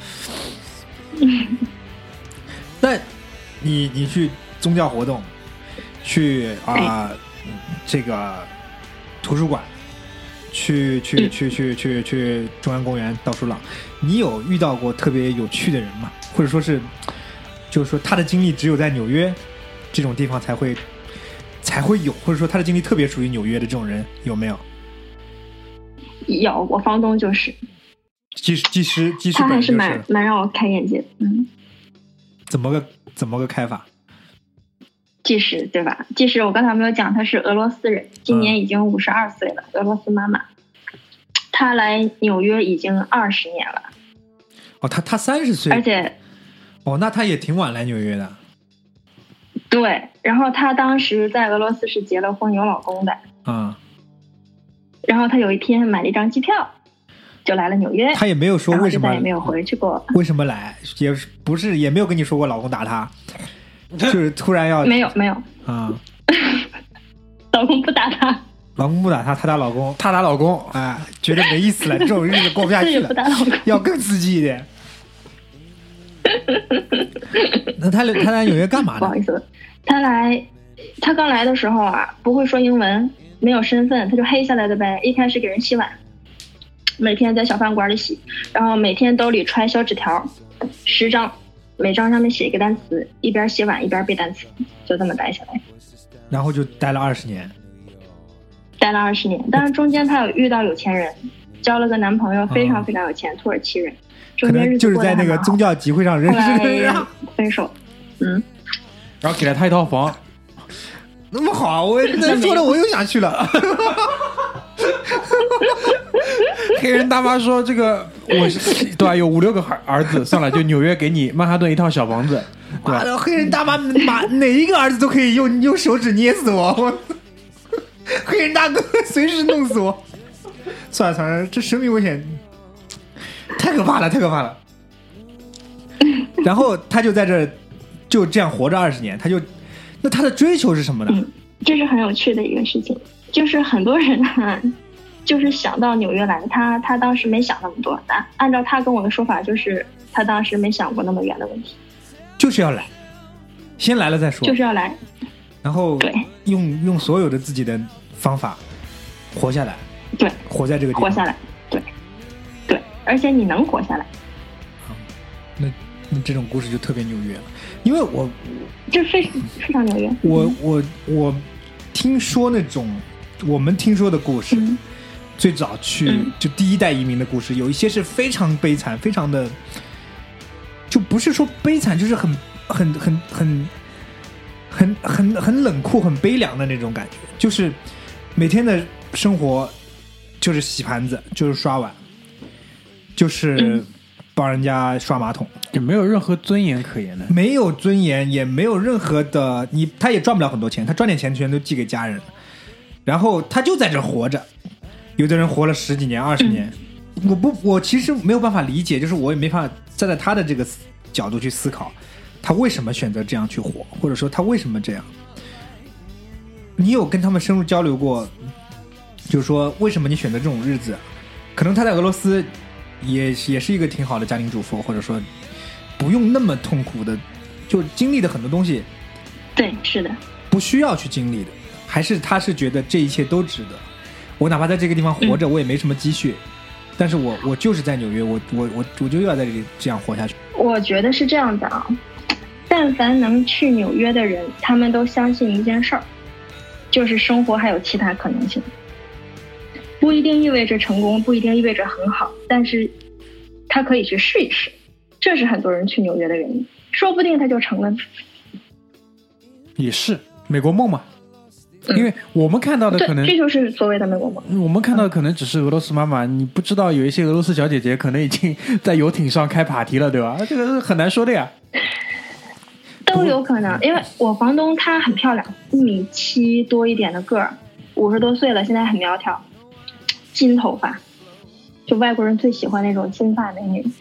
那你你去宗教活动，去啊、呃、这个图书馆，去去去去去去中央公园到处浪，你有遇到过特别有趣的人吗？或者说是，就是说他的经历只有在纽约这种地方才会才会有，或者说他的经历特别属于纽约的这种人有没有？ 有，我房东就是， 技师技师技师他还是本就是蛮蛮让我开眼界的，嗯， 怎么个怎么个开法？ 技师对吧？技师我刚才没有讲，他是俄罗斯人，今年已经五十二岁了，嗯、俄罗斯妈妈。他来纽约已经二十年了。 哦，他他三十岁， 而且， 哦，那他也挺晚来纽约的。 对，然后他当时在俄罗斯是结了婚有老公的。 嗯。 然后他有一天买了一张机票，就来了纽约。 他也没有说为什么， 再也没有回去过。 为什么来？也不是，也没有跟你说过老公打他，就是突然要没有没有啊、嗯， 老公不打他， 老公不打他，他打老公， 他打老公， 哎，觉得没意思了，这种日子过不下去了， 不打老公要更刺激一点。那他他来纽约干嘛呢？ 不好意思，他来，他刚来的时候啊，不会说英文。没有身份，他就黑下来的呗。一开始给人洗碗，每天在小饭馆里洗，然后每天兜里揣小纸条，十张，每张上面写一个单词，一边洗碗一边背单词，就这么待下来。 然后就待了二十年， 待了二十年。但是中间他有遇到有钱人，交了个男朋友，非常非常有钱，哦、土耳其人。中间日子就是在那个宗教集会上认识的人， 分手。嗯， 然后给了他一套房。 那么好，我那说的我又想去了。 黑人大妈说：“这个我是对吧？有五六个儿子，算了，就纽约给你曼哈顿一套小房子。”对吧？ 黑人大妈哪哪一个儿子都可以用用手指捏死我，我黑人大哥随时弄死我。算了算了，这生命危险太可怕了，太可怕了。然后他就在这就这样活着二十年，他就。那他的追求是什么呢？ 嗯，这是很有趣的一个事情，就是很多人啊，就是想到纽约来，他他当时没想那么多，但按照他跟我的说法，就是他当时没想过那么远的问题， 就是要来，先来了再说， 就是要来， 然后对，用用所有的自己的方法活下来， 对， 活在这个地方， 活下来，对，对，而且你能活下来， 嗯，那那这种故事就特别纽约了，因为我。 这非常非常纽约。 我我我听说那种我们听说的故事， 嗯、 最早去、嗯、就第一代移民的故事，有一些是非常悲惨，非常的，就不是说悲惨，就是很很很很很很很冷酷、很悲凉的那种感觉。就是每天的生活就是洗盘子，就是刷碗，就是帮人家刷马桶。 就没有任何尊严可言的， 没有尊严，也没有任何的你，他也赚不了很多钱，他赚点钱全都寄给家人，然后他就在这活着， 有的人活了十几年、二十年。我不，我其实没有办法理解，就是我也没法站在他的这个角度去思考，他为什么选择这样去活，或者说他为什么这样。你有跟他们深入交流过，就是说为什么你选择这种日子？可能他在俄罗斯也也是一个挺好的家庭主妇，或者说不用那么痛苦的，就经历的很多东西， 对，是的， 不需要去经历的，还是他是觉得这一切都值得。我哪怕在这个地方活着，我也没什么积蓄。嗯，但是我我就是在纽约，我我我我就要在这里这样活下去。 我觉得是这样的啊，但凡能去纽约的人，他们都相信一件事儿，就是生活还有其他可能性，不一定意味着成功，不一定意味着很好，但是他可以去试一试，这是很多人去纽约的原因，说不定他就成了。 也是美国梦嘛。因为我们看到的可能， 这就是所谓的美国梦。 我们看到的可能只是俄罗斯妈妈，你不知道有一些俄罗斯小姐姐可能已经在游艇上开 party 了，对吧？这个是很难说的呀。 都有可能，因为我房东她很漂亮，一米七多一点的个儿，五十多岁了，现在很苗条，金头发，就外国人最喜欢那种金发美女。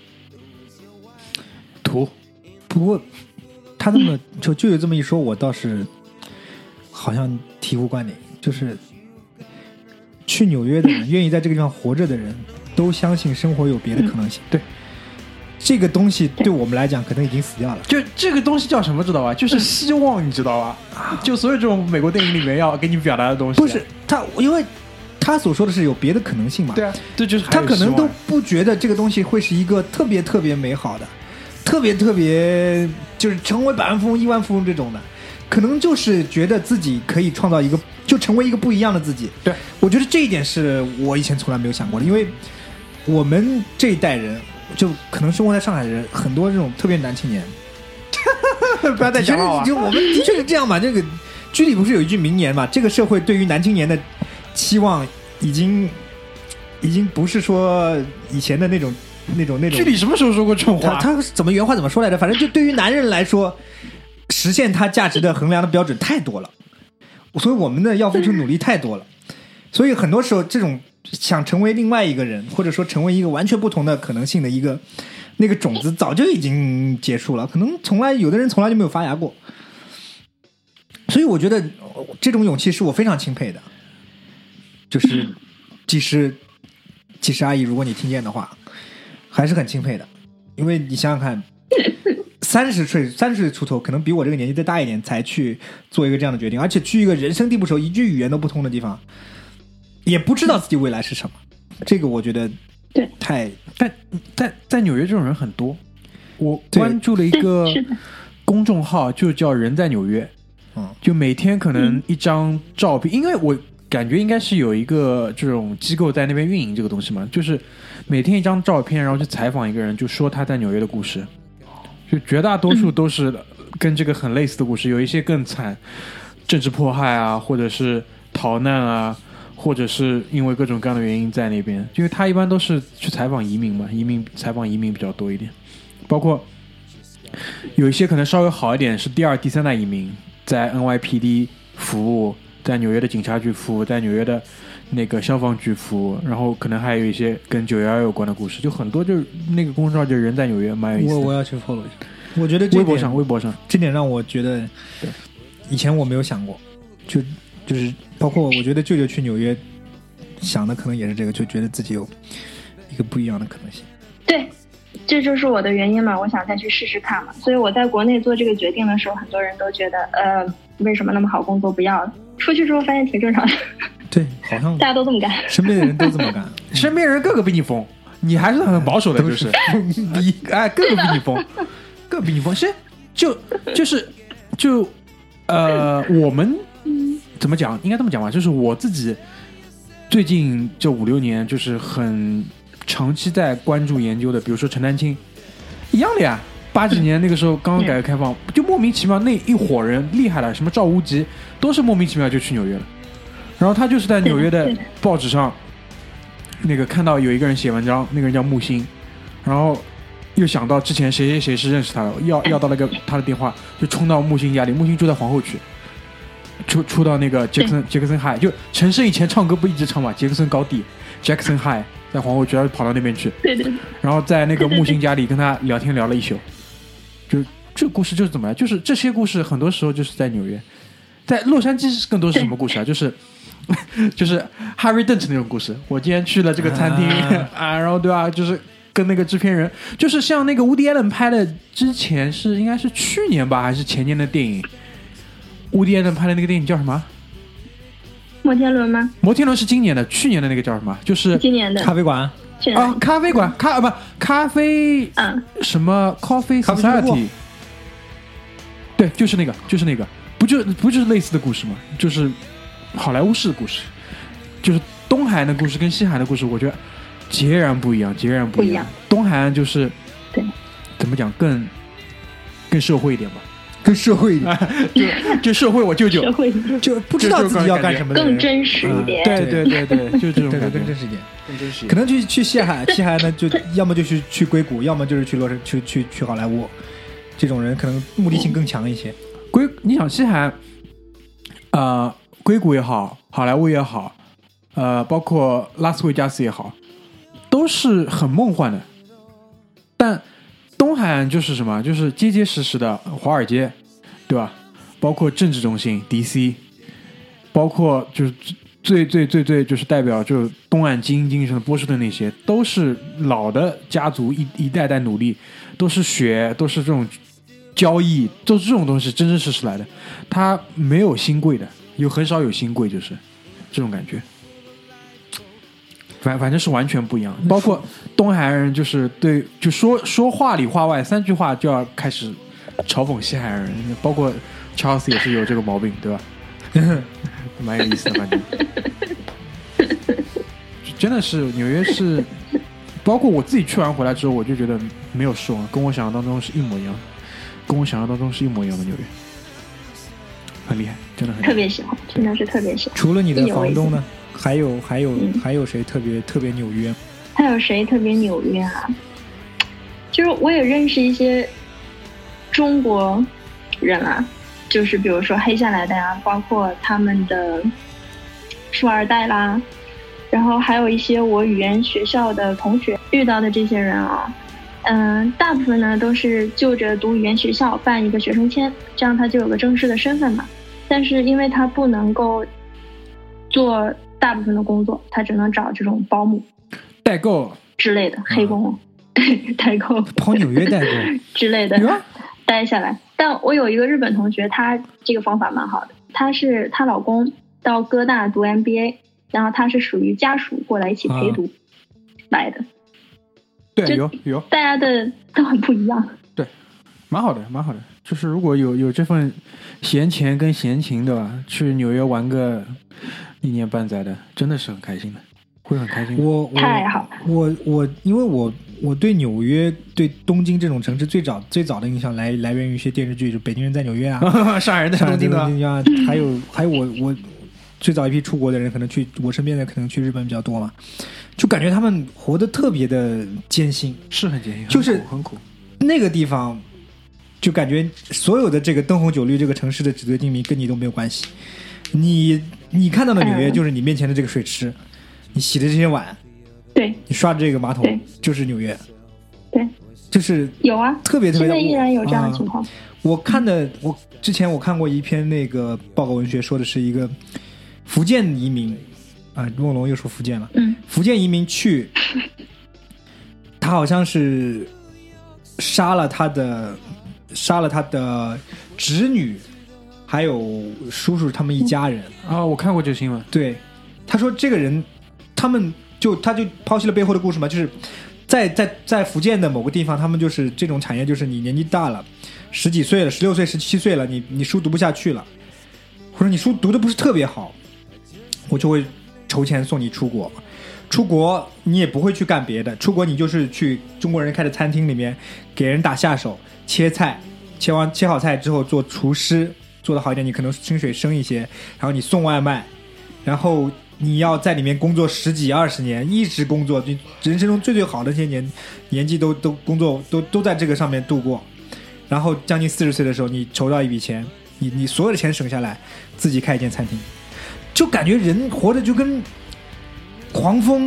土，不过他这么就就有这么一说，我倒是。好像醍醐灌顶，就是去纽约的人，愿意在这个地方活着的人，都相信生活有别的可能性。 嗯、对， 这个东西对我们来讲可能已经死掉了。 就这个东西叫什么，知道吧？就是希望，你知道吧？就所有这种美国电影里面要给你表达的东西， 不是他，因为他所说的是有别的可能性嘛。 对啊，这就是他可能都不觉得这个东西会是一个特别特别美好的，特别特别就是成为百万富翁、亿万富翁这种的。可能就是觉得自己可以创造一个，就成为一个不一样的自己。 对， 我觉得这一点是我以前从来没有想过的，因为我们这一代人，就可能生活在上海的人，很多这种特别男青年， 不要再讲了啊！ 就我们的确是这样嘛。这个剧里不是有一句名言嘛？这个社会对于男青年的期望已经已经不是说以前的那种那种那种。 剧里什么时候说过这种话？ 他他怎么原话怎么说来着？反正就对于男人来说。实现他价值的衡量的标准太多了，所以我们的要付出努力太多了，所以很多时候这种想成为另外一个人，或者说成为一个完全不同的可能性的一个那个种子早就已经结束了，可能从来有的人从来就没有发芽过，所以我觉得这种勇气是我非常钦佩的，就是技师技师阿姨，如果你听见的话，还是很钦佩的，因为你想想看。三十岁，三十岁出头，可能比我这个年纪再大一点，才去做一个这样的决定，而且去一个人生地不熟、一句语言都不通的地方，也不知道自己未来是什么。这个我觉得， 对， 太但在在纽约这种人很多。我关注了一个公众号，就叫“人在纽约”，嗯，就每天可能一张照片，因为我感觉应该是有一个这种机构在那边运营这个东西嘛，就是每天一张照片，然后去采访一个人，就说他在纽约的故事。就绝大多数都是跟这个很类似的故事，有一些更惨，政治迫害啊，或者是逃难啊，或者是因为各种各样的原因在那边。因为他一般都是去采访移民嘛，移民采访移民比较多一点，包括有一些可能稍微好一点是第二、第三代移民，在 N Y P D 服务，在纽约的警察局服务，在纽约的那个消防局服务，然后可能还有一些跟九一一有关的故事，就很多，就是那个公众号就人在纽约，蛮有意思的。 我我要去 follow 一下。我觉得这微博上，微博上这点让我觉得，以前我没有想过，就就是包括我觉得舅舅去纽约想的可能也是这个，就觉得自己有一个不一样的可能性。 对，这就是我的原因嘛，我想再去试试看嘛。所以我在国内做这个决定的时候，很多人都觉得，呃，为什么那么好工作不要了？出去之后发现挺正常的。 对，好像大家都这么干， 身边的人都这么干， 身边人个个比你疯，你还是很保守的，就是你哎，个个比你疯，个个比你疯，是就就是就呃，我们怎么讲？应该这么讲吧，就是我自己最近这五六年，就是很长期在关注研究的，比如说陈丹青一样的呀。八几年那个时候刚刚改革开放，就莫名其妙那一伙人厉害了，什么赵无极都是莫名其妙就去纽约了。然后他就是在纽约的报纸上，那个看到有一个人写文章，那个人叫木星，然后又想到之前谁谁谁是认识他的，要要到那个他的电话，就冲到木星家里，木星住在皇后区，出出到那个杰克森杰克森海，就陈升以前唱歌不一直唱嘛，杰克森高地， Jackson High， 在皇后区跑到那边去， 对对对， 然后在那个木星家里跟他聊天聊了一宿。就这个故事就是怎么样？就是这些故事很多时候就是在纽约，在洛杉矶更多是什么故事啊？就是就是 Harry Dent 那种故事。我今天去了这个餐厅 啊, 啊，然后对吧？就是跟那个制片人，就是像那个 Woody Allen 拍的，之前是应该是去年吧，还是前年的电影。Woody Allen 拍的那个电影叫什么？ 摩天轮吗？ 摩天轮是今年的，去年的那个叫什么？就是今年的咖啡馆啊，咖啡馆，咖啊不咖啡， 嗯， 什么 Coffee 咖啡 Society？ 对，就是那个，就是那个，不就不就是类似的故事吗？就是好莱坞式的故事，就是东海岸的故事跟西海岸的故事，我觉得截然不一样，截然不一样。 不一样东海岸就是对， 怎么讲更更社会一点吧。 跟社会一点， 就就社会我舅舅， 社会就不知道自己要干什么的人， 更真实一点。 对对对对，就这种对对感觉， 更真实一点。 更真实一点。 可能去去西海，西海呢就要么就去去硅谷，要么就是去洛杉去去去好莱坞。这种人可能目的性更强一些。 硅，你想西海岸，呃，硅谷也好，好莱坞也好，呃，包括拉斯维加斯也好，都是很梦幻的。但东海岸就是什么？就是结结实实的华尔街，对吧？包括政治中心 D C， 包括就是最最最最就是代表就是东岸精英精神的波士顿，那些都是老的家族一一代代努力，都是血，都是这种交易，都是这种东西真真实实来的。它没有新贵的，有很少有新贵，就是这种感觉。反反正是完全不一样，包括东海岸人就是对，就说说话里话外，三句话就要开始嘲讽西海岸人，包括 Charles 也是有这个毛病，对吧？蛮有意思的，反正真的是纽约是，包括我自己去完回来之后，我就觉得没有失望，跟我想象当中是一模一样，跟我想象当中是一模一样的纽约，很厉害，真的很厉害特别喜欢，真的是特别喜欢。 除了你的房东呢？还有还有、 嗯、 还有谁特别特别纽约？ 还有谁特别纽约啊？就是我也认识一些中国人啊，就是比如说黑下来的呀、啊，包括他们的富二代啦，然后还有一些我语言学校的同学遇到的这些人啊，嗯，大部分呢都是就着读语言学校办一个学生签，这样他就有个正式的身份嘛。但是因为他不能够做大部分的工作，他只能找这种保姆、 代购之类的黑工，对、嗯，代购跑纽约代购之类的待下来。但我有一个日本同学，他这个方法蛮好的，他是她老公到哥大读 M B A， 然后他是属于家属过来一起陪读来的。 对，有有， 大家的都很不一样。 对，蛮好的，蛮好的。就是如果有有这份闲钱跟闲情的吧，去纽约玩个一年半载的，真的是很开心的，会很开心的。 我我太好， 我我因为我我对纽约、对东京这种城市最早最早的印象来来源于一些电视剧，就《北京人在纽约》啊， 上海人在东京啊，还有还有我我最早一批出国的人，可能去我身边的可能去日本比较多嘛，就感觉他们活得特别的艰辛， 是很艰辛， 就是很苦。 那个地方就感觉所有的这个灯红酒绿这个城市的纸醉金迷跟你都没有关系，你你看到的纽约就是你面前的这个水池，你洗的这些碗， 对， 你刷的这个马桶就是纽约， 对， 就是有啊， 特别特别现在依然有这样的情况。 啊、我看的，我之前我看过一篇那个报告文学，说的是一个福建移民啊，梦龙又说福建了， 嗯， 福建移民去，他好像是杀了他的杀了他的侄女，还有叔叔他们一家人啊、嗯，我看过这个新闻。 对，他说这个人，他们就他就剖析了背后的故事嘛，就是在在在福建的某个地方，他们就是这种产业，就是你年纪大了，十几岁了，十六岁、十七岁了，你你书读不下去了，或者你书读的不是特别好，我就会筹钱送你出国。出国你也不会去干别的，出国你就是去中国人开的餐厅里面给人打下手，切菜，切完切好菜之后做厨师，做得好一点你可能薪水升一些，然后你送外卖，然后你要在里面工作十几二十年，一直工作，你人生中最最好的那些年年纪都都工作都都在这个上面度过，然后将近四十岁的时候你筹到一笔钱，你你所有的钱省下来自己开一间餐厅，就感觉人活着就跟狂风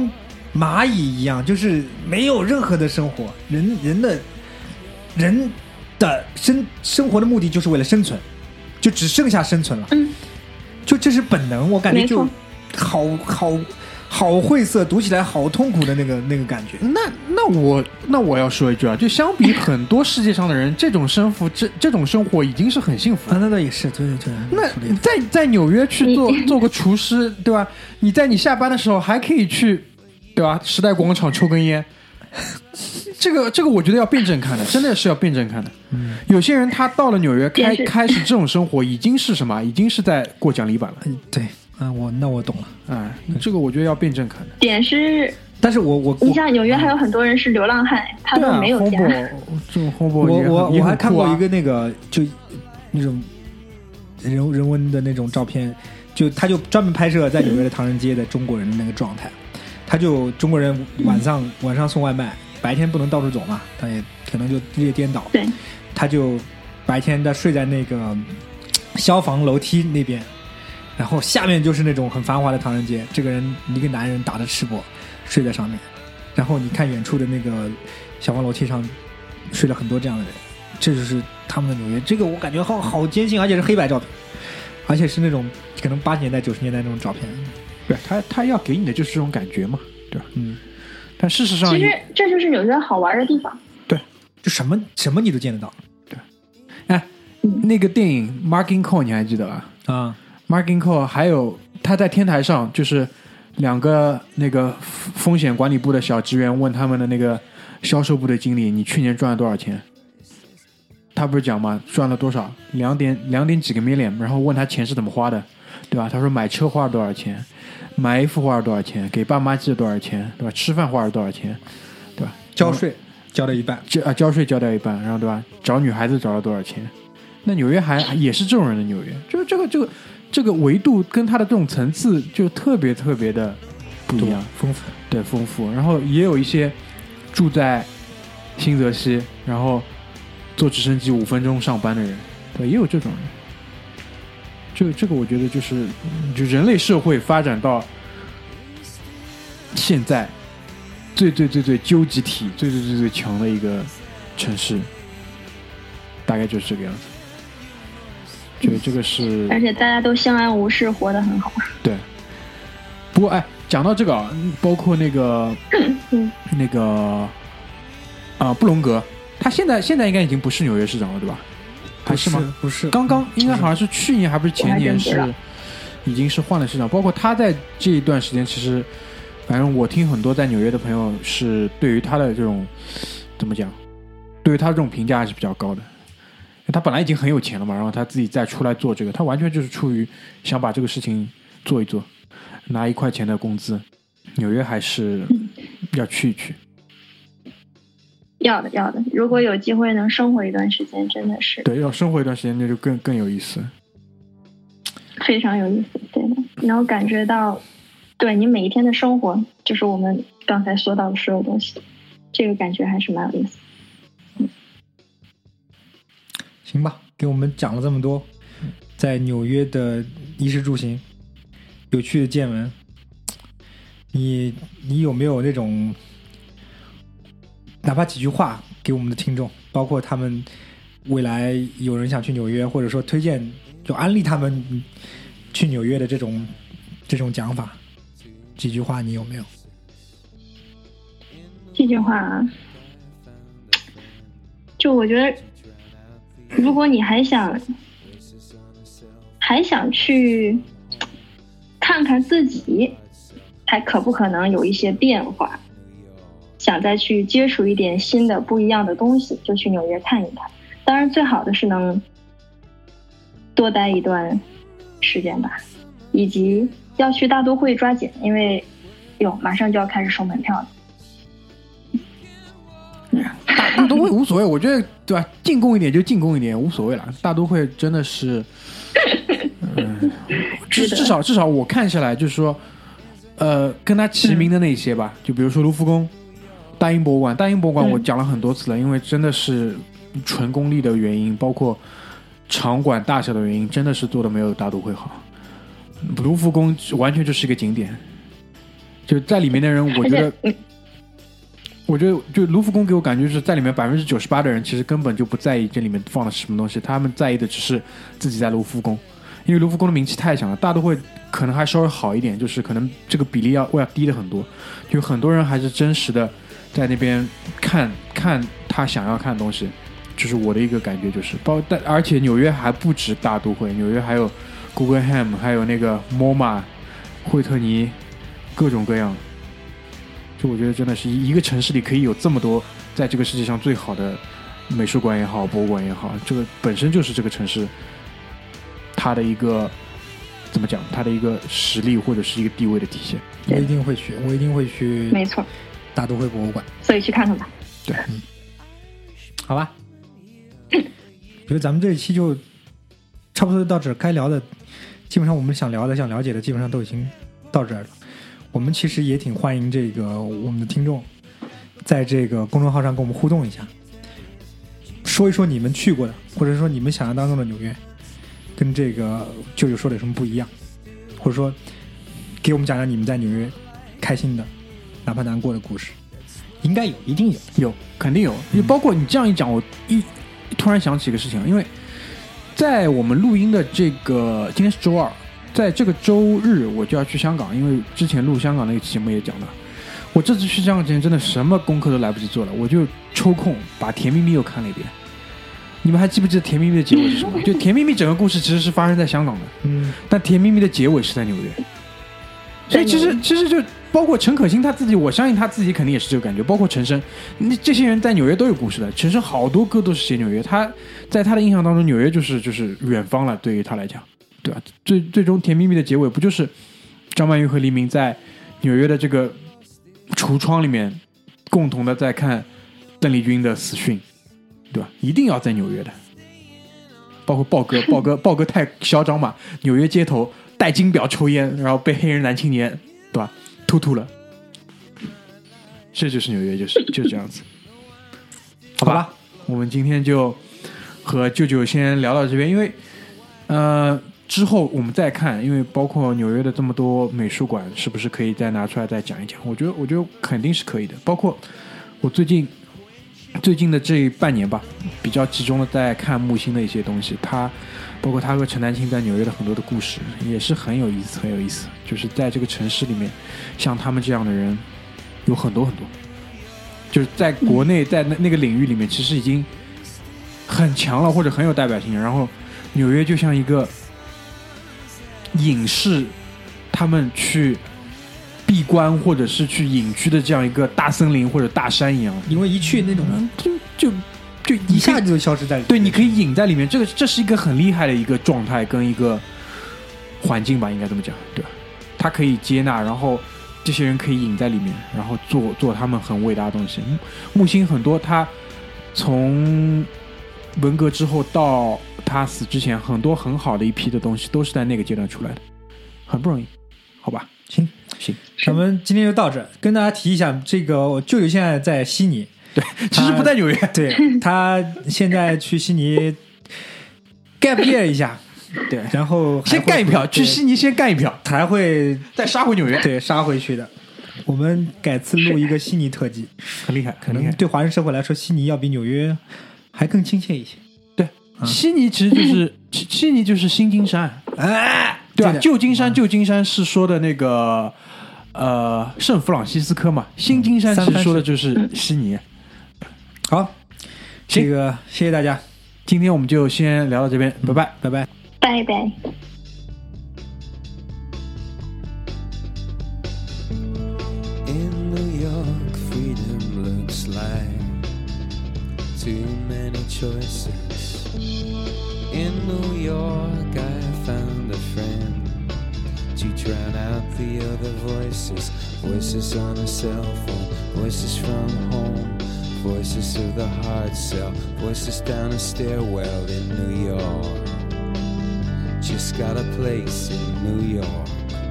蚂蚁一样，就是没有任何的生活。人人的人的生生活的目的就是为了生存，就只剩下生存了。 嗯， 就这是本能，我感觉就没好好好晦涩，读起来好痛苦的那个那个感觉。 那那我那我要说一句啊，就相比很多世界上的人，这种生活这这种生活已经是很幸福啊， 了。 那倒也是，对对对。 那在在纽约去做做个厨师，对吧？你在你下班的时候还可以去，对吧？时代广场抽根烟，这个这个我觉得要辩证看的，真的是要辩证看的。嗯，有些人他到了纽约开开始这种生活，已经是什么？已经是在过奖励版了。 嗯，对，啊，我那我懂了。 哎，这个我觉得要辩证看的。 点是， 但是我我你像纽约还有很多人是流浪汉，他都没有家。 这种 hobo， 我我我还看过一个个那个就那种人人文的那种照片，就他就专门拍摄在纽约的唐人街的中国人的那个状态。他就中国人晚上、嗯、晚上送外卖，白天不能到处走嘛，他也可能就日夜颠倒。 对， 他就白天他睡在那个消防楼梯那边，然后下面就是那种很繁华的唐人街。这个人一个男人打着赤膊睡在上面，然后你看远处的那个消防楼梯上睡了很多这样的人，这就是他们的纽约。这个我感觉好好艰辛，而且是黑白照片，而且是那种可能八十年代九十年代那种照片。 对，他他要给你的就是这种感觉嘛，对吧？嗯，但事实上， 其实这就是纽约好玩的地方。 对， 就什么什么你都见得到。 对，哎，嗯、那个电影《Margin Call》你还记得吧？ 啊， 《Margin Call》还有他在天台上，就是两个那个风险管理部的小职员问他们的那个销售部的经理：“你去年赚了多少钱？”他不是讲吗？赚了多少？两点两点几个 million， 然后问他钱是怎么花的，对吧？他说买车花了多少钱，买衣服花了多少钱，给爸妈寄了多少钱，对吧？吃饭花了多少钱，对吧？ 交税交了一半， 交啊交税交掉一半，然后对吧？找女孩子找了多少钱？那纽约还也是这种人的纽约，就是这个这个这个维度跟他的这种层次就特别特别的不一样， 丰富，对丰富。然后也有一些住在新泽西，然后坐直升机五分钟上班的人，对，也有这种人。这个这个我觉得就是就人类社会发展到现在最最最最究极体最最最最强的一个城市，大概就是这个样子。觉得这个是， 而且大家都相安无事，活得很好。 对。不过哎，讲到这个啊，包括那个嗯那个啊、呃、布隆格，他现在现在应该已经不是纽约市长了，对吧？还是吗？ 不是， 刚刚应该好像是去年还不是前年是已经是换了市长。包括他在这一段时间，其实反正我听很多在纽约的朋友是对于他的这种怎么讲，对于他这种评价还是比较高的。他本来已经很有钱了嘛，然后他自己再出来做这个，他完全就是出于想把这个事情做一做，拿一块钱的工资。纽约还是要去一去。 要的要的，如果有机会能生活一段时间，真的是对，要生活一段时间那就更更有意思， 非常有意思。对的，然后感觉到对你每一天的生活，就是我们刚才说到的所有东西，这个感觉还是蛮有意思。嗯， 行吧，给我们讲了这么多在纽约的衣食住行有趣的见闻，你你有没有那种哪怕几句话给我们的听众，包括他们未来有人想去纽约，或者说推荐就安利他们去纽约的这种这种讲法，几句话你有没有？ 这句话就我觉得如果你还想还想去看看自己还可不可能有一些变化，想再去接触一点新的不一样的东西，就去纽约看一看。当然最好的是能多待一段时间吧，以及要去大都会抓紧，因为哟马上就要开始收门票了。 大都会无所谓，我觉得对吧？进攻一点就进攻一点，无所谓了。大都会真的是，嗯，至至少至少我看下来，就是说，呃，跟他齐名的那些吧，就比如说卢浮宫、大英博物馆。大英博物馆我讲了很多次了，因为真的是纯功利的原因，包括场馆大小的原因，真的是做的没有大都会好。卢浮宫完全就是一个景点， 就在里面的人，我觉得，我觉得就卢浮宫给我感觉是在里面百分之九十八的人其实根本就不在意这里面放的是什么东西，他们在意的只是自己在卢浮宫，因为卢浮宫的名气太强了，大都会可能还稍微好一点，就是可能这个比例要要低的很多，就很多人还是真实的在那边看看他想要看的东西，就是我的一个感觉就是，包但而且纽约还不止大都会，纽约还有 Guggenheim， 还有那个 MoMA， 惠特尼，各种各样。就我觉得真的是一个城市里可以有这么多在这个世界上最好的美术馆也好，博物馆也好，这个本身就是这个城市它的一个怎么讲，它的一个实力或者是一个地位的体现。 我一定会去，我一定会去， 没错， 大都会博物馆， 所以去看看吧。 对， 嗯，好吧。比如咱们这一期就差不多到这儿，该聊的基本上我们想聊的、想了解的基本上都已经到这儿了。我们其实也挺欢迎这个我们的听众在这个公众号上跟我们互动一下，说一说你们去过的，或者说你们想象当中的纽约跟这个舅舅说的有什么不一样，或者说给我们讲讲你们在纽约开心的哪怕难过的故事。应该有，一定有， 有肯定有。就包括你这样一讲，我一突然想起一个事情，因为在我们录音的这个今天是周二，在这个周日我就要去香港，因为之前录香港那个节目也讲了，我这次去香港之前真的什么功课都来不及做了，我就抽空把《甜蜜蜜》又看了一遍。你们还记不记得《甜蜜蜜》的结尾是什么？就《甜蜜蜜》整个故事其实是发生在香港的， 嗯， 但《甜蜜蜜》的结尾是在纽约。所以其实其实就包括陈可辛他自己，我相信他自己肯定也是这个感觉，包括陈升，那这些人在纽约都有故事的。陈升好多歌都是写纽约，他在他的印象当中，纽约就是就是远方了，对于他来讲，对吧？最最终《甜蜜蜜》的结尾不就是张曼玉和黎明在纽约的这个橱窗里面共同的在看邓丽君的死讯，对吧？一定要在纽约的。包括豹哥，豹哥，豹哥太嚣张嘛！纽约街头戴金表抽烟，然后被黑人男青年，对吧？突突了，这就是纽约，就是就这样子。好吧，好吧，我们今天就和舅舅先聊到这边，因为呃之后我们再看，因为包括纽约的这么多美术馆，是不是可以再拿出来再讲一讲？我觉得，我觉得肯定是可以的。包括我最近。最近的这半年吧，比较集中的在看木心的一些东西，他包括他和陈丹青在纽约的很多的故事，也是很有意思，很有意思。就是在这个城市里面，像他们这样的人有很多很多，就是在国内在那那个领域里面，其实已经很强了，或者很有代表性。然后纽约就像一个影视，他们去闭关或者是去隐居的这样一个大森林或者大山一样， 因为一去那种就就就一下就消失在里面。 对，你可以隐在里面，这个这是一个很厉害的一个状态跟一个环境吧，应该这么讲，对吧？它可以接纳，然后这些人可以隐在里面，然后做做他们很伟大的东西。木心很多，他从文革之后到他死之前，很多很好的一批的东西都是在那个阶段出来的，很不容易，好吧？ 行行，咱们今天就到这儿，跟大家提一下，这个我舅舅现在在悉尼， 对，其实不在纽约， 对，他现在去悉尼 gap year 一下，对，然后先干一票，去悉尼先干一票， 还会再杀回纽约， 对，杀回去的。我们改次录一个悉尼特辑， 很厉害， 可能对华人社会来说，悉尼要比纽约还更亲切一些。 对，嗯、悉尼其实就是悉尼就是新金山， 哎。 对吧？旧金山，旧金山是说的那个呃圣弗朗西斯科嘛，新金山其实说的就是悉尼。 好，这个谢谢大家， 今天我们就先聊到这边，拜拜， 拜拜， 拜拜。 In New York, freedom looks like too many choices. In New York, I found a friend to drown out the other voices. Voices on a cell phone, voices from home, voices of the hard sell, voices down a stairwell in New York. Just got a place in New York.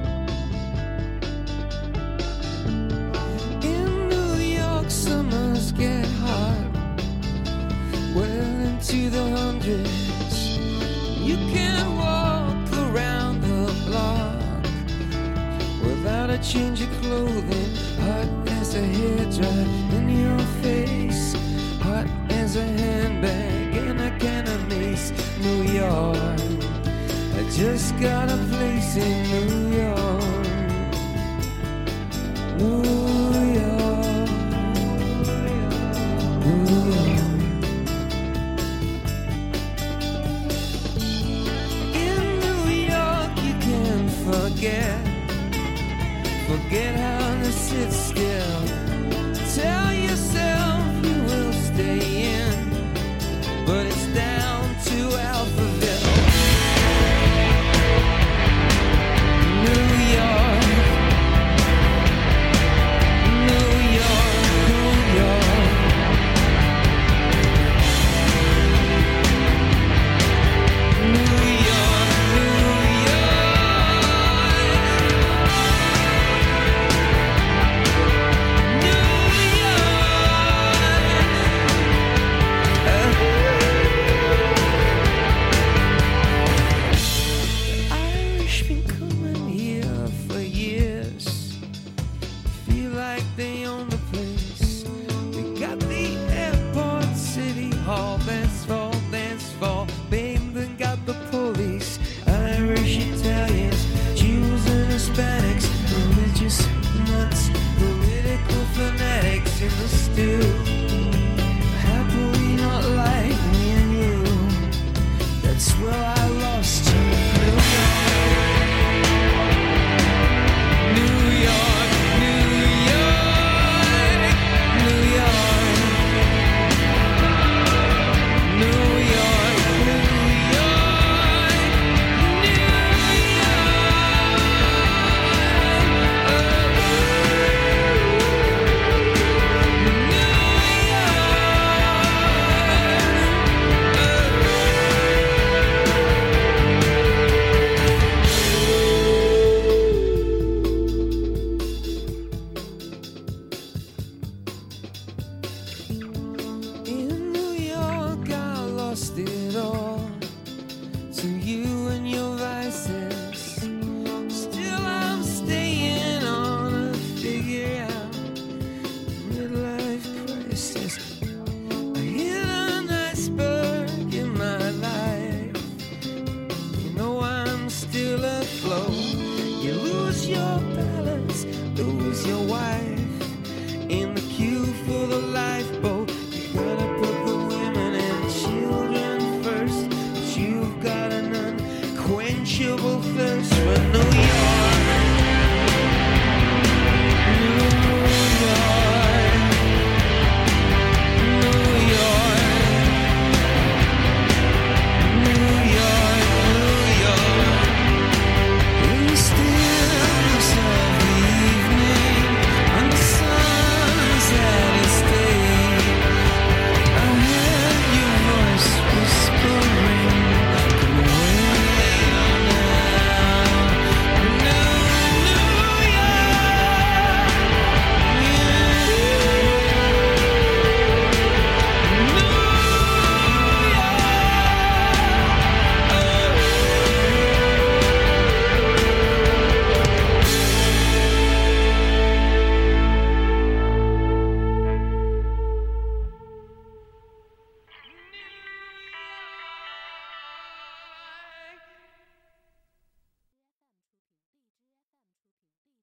In New York, summers get hot, well into the hundreds. You can't walk around the block without gotta change your clothing. Hot as a hairdryer in your face. Hot as a handbag and a can of mace. New York, I just got a place in New York. New York, New York. In New York you can forget, forget how to sit still. Tell yourself you will stay in, but it's down to Alphaville. New York, New York, New York. New York, New in the stew. Happily not like me and you. That's where I lost you. New York, New York, New York, New York, New York, New it all to you and your vices. Still I'm staying on a figure out midlife crisis. I hit an iceberg in my life. You know I'm still afloat. You lose your balance, lose your wife.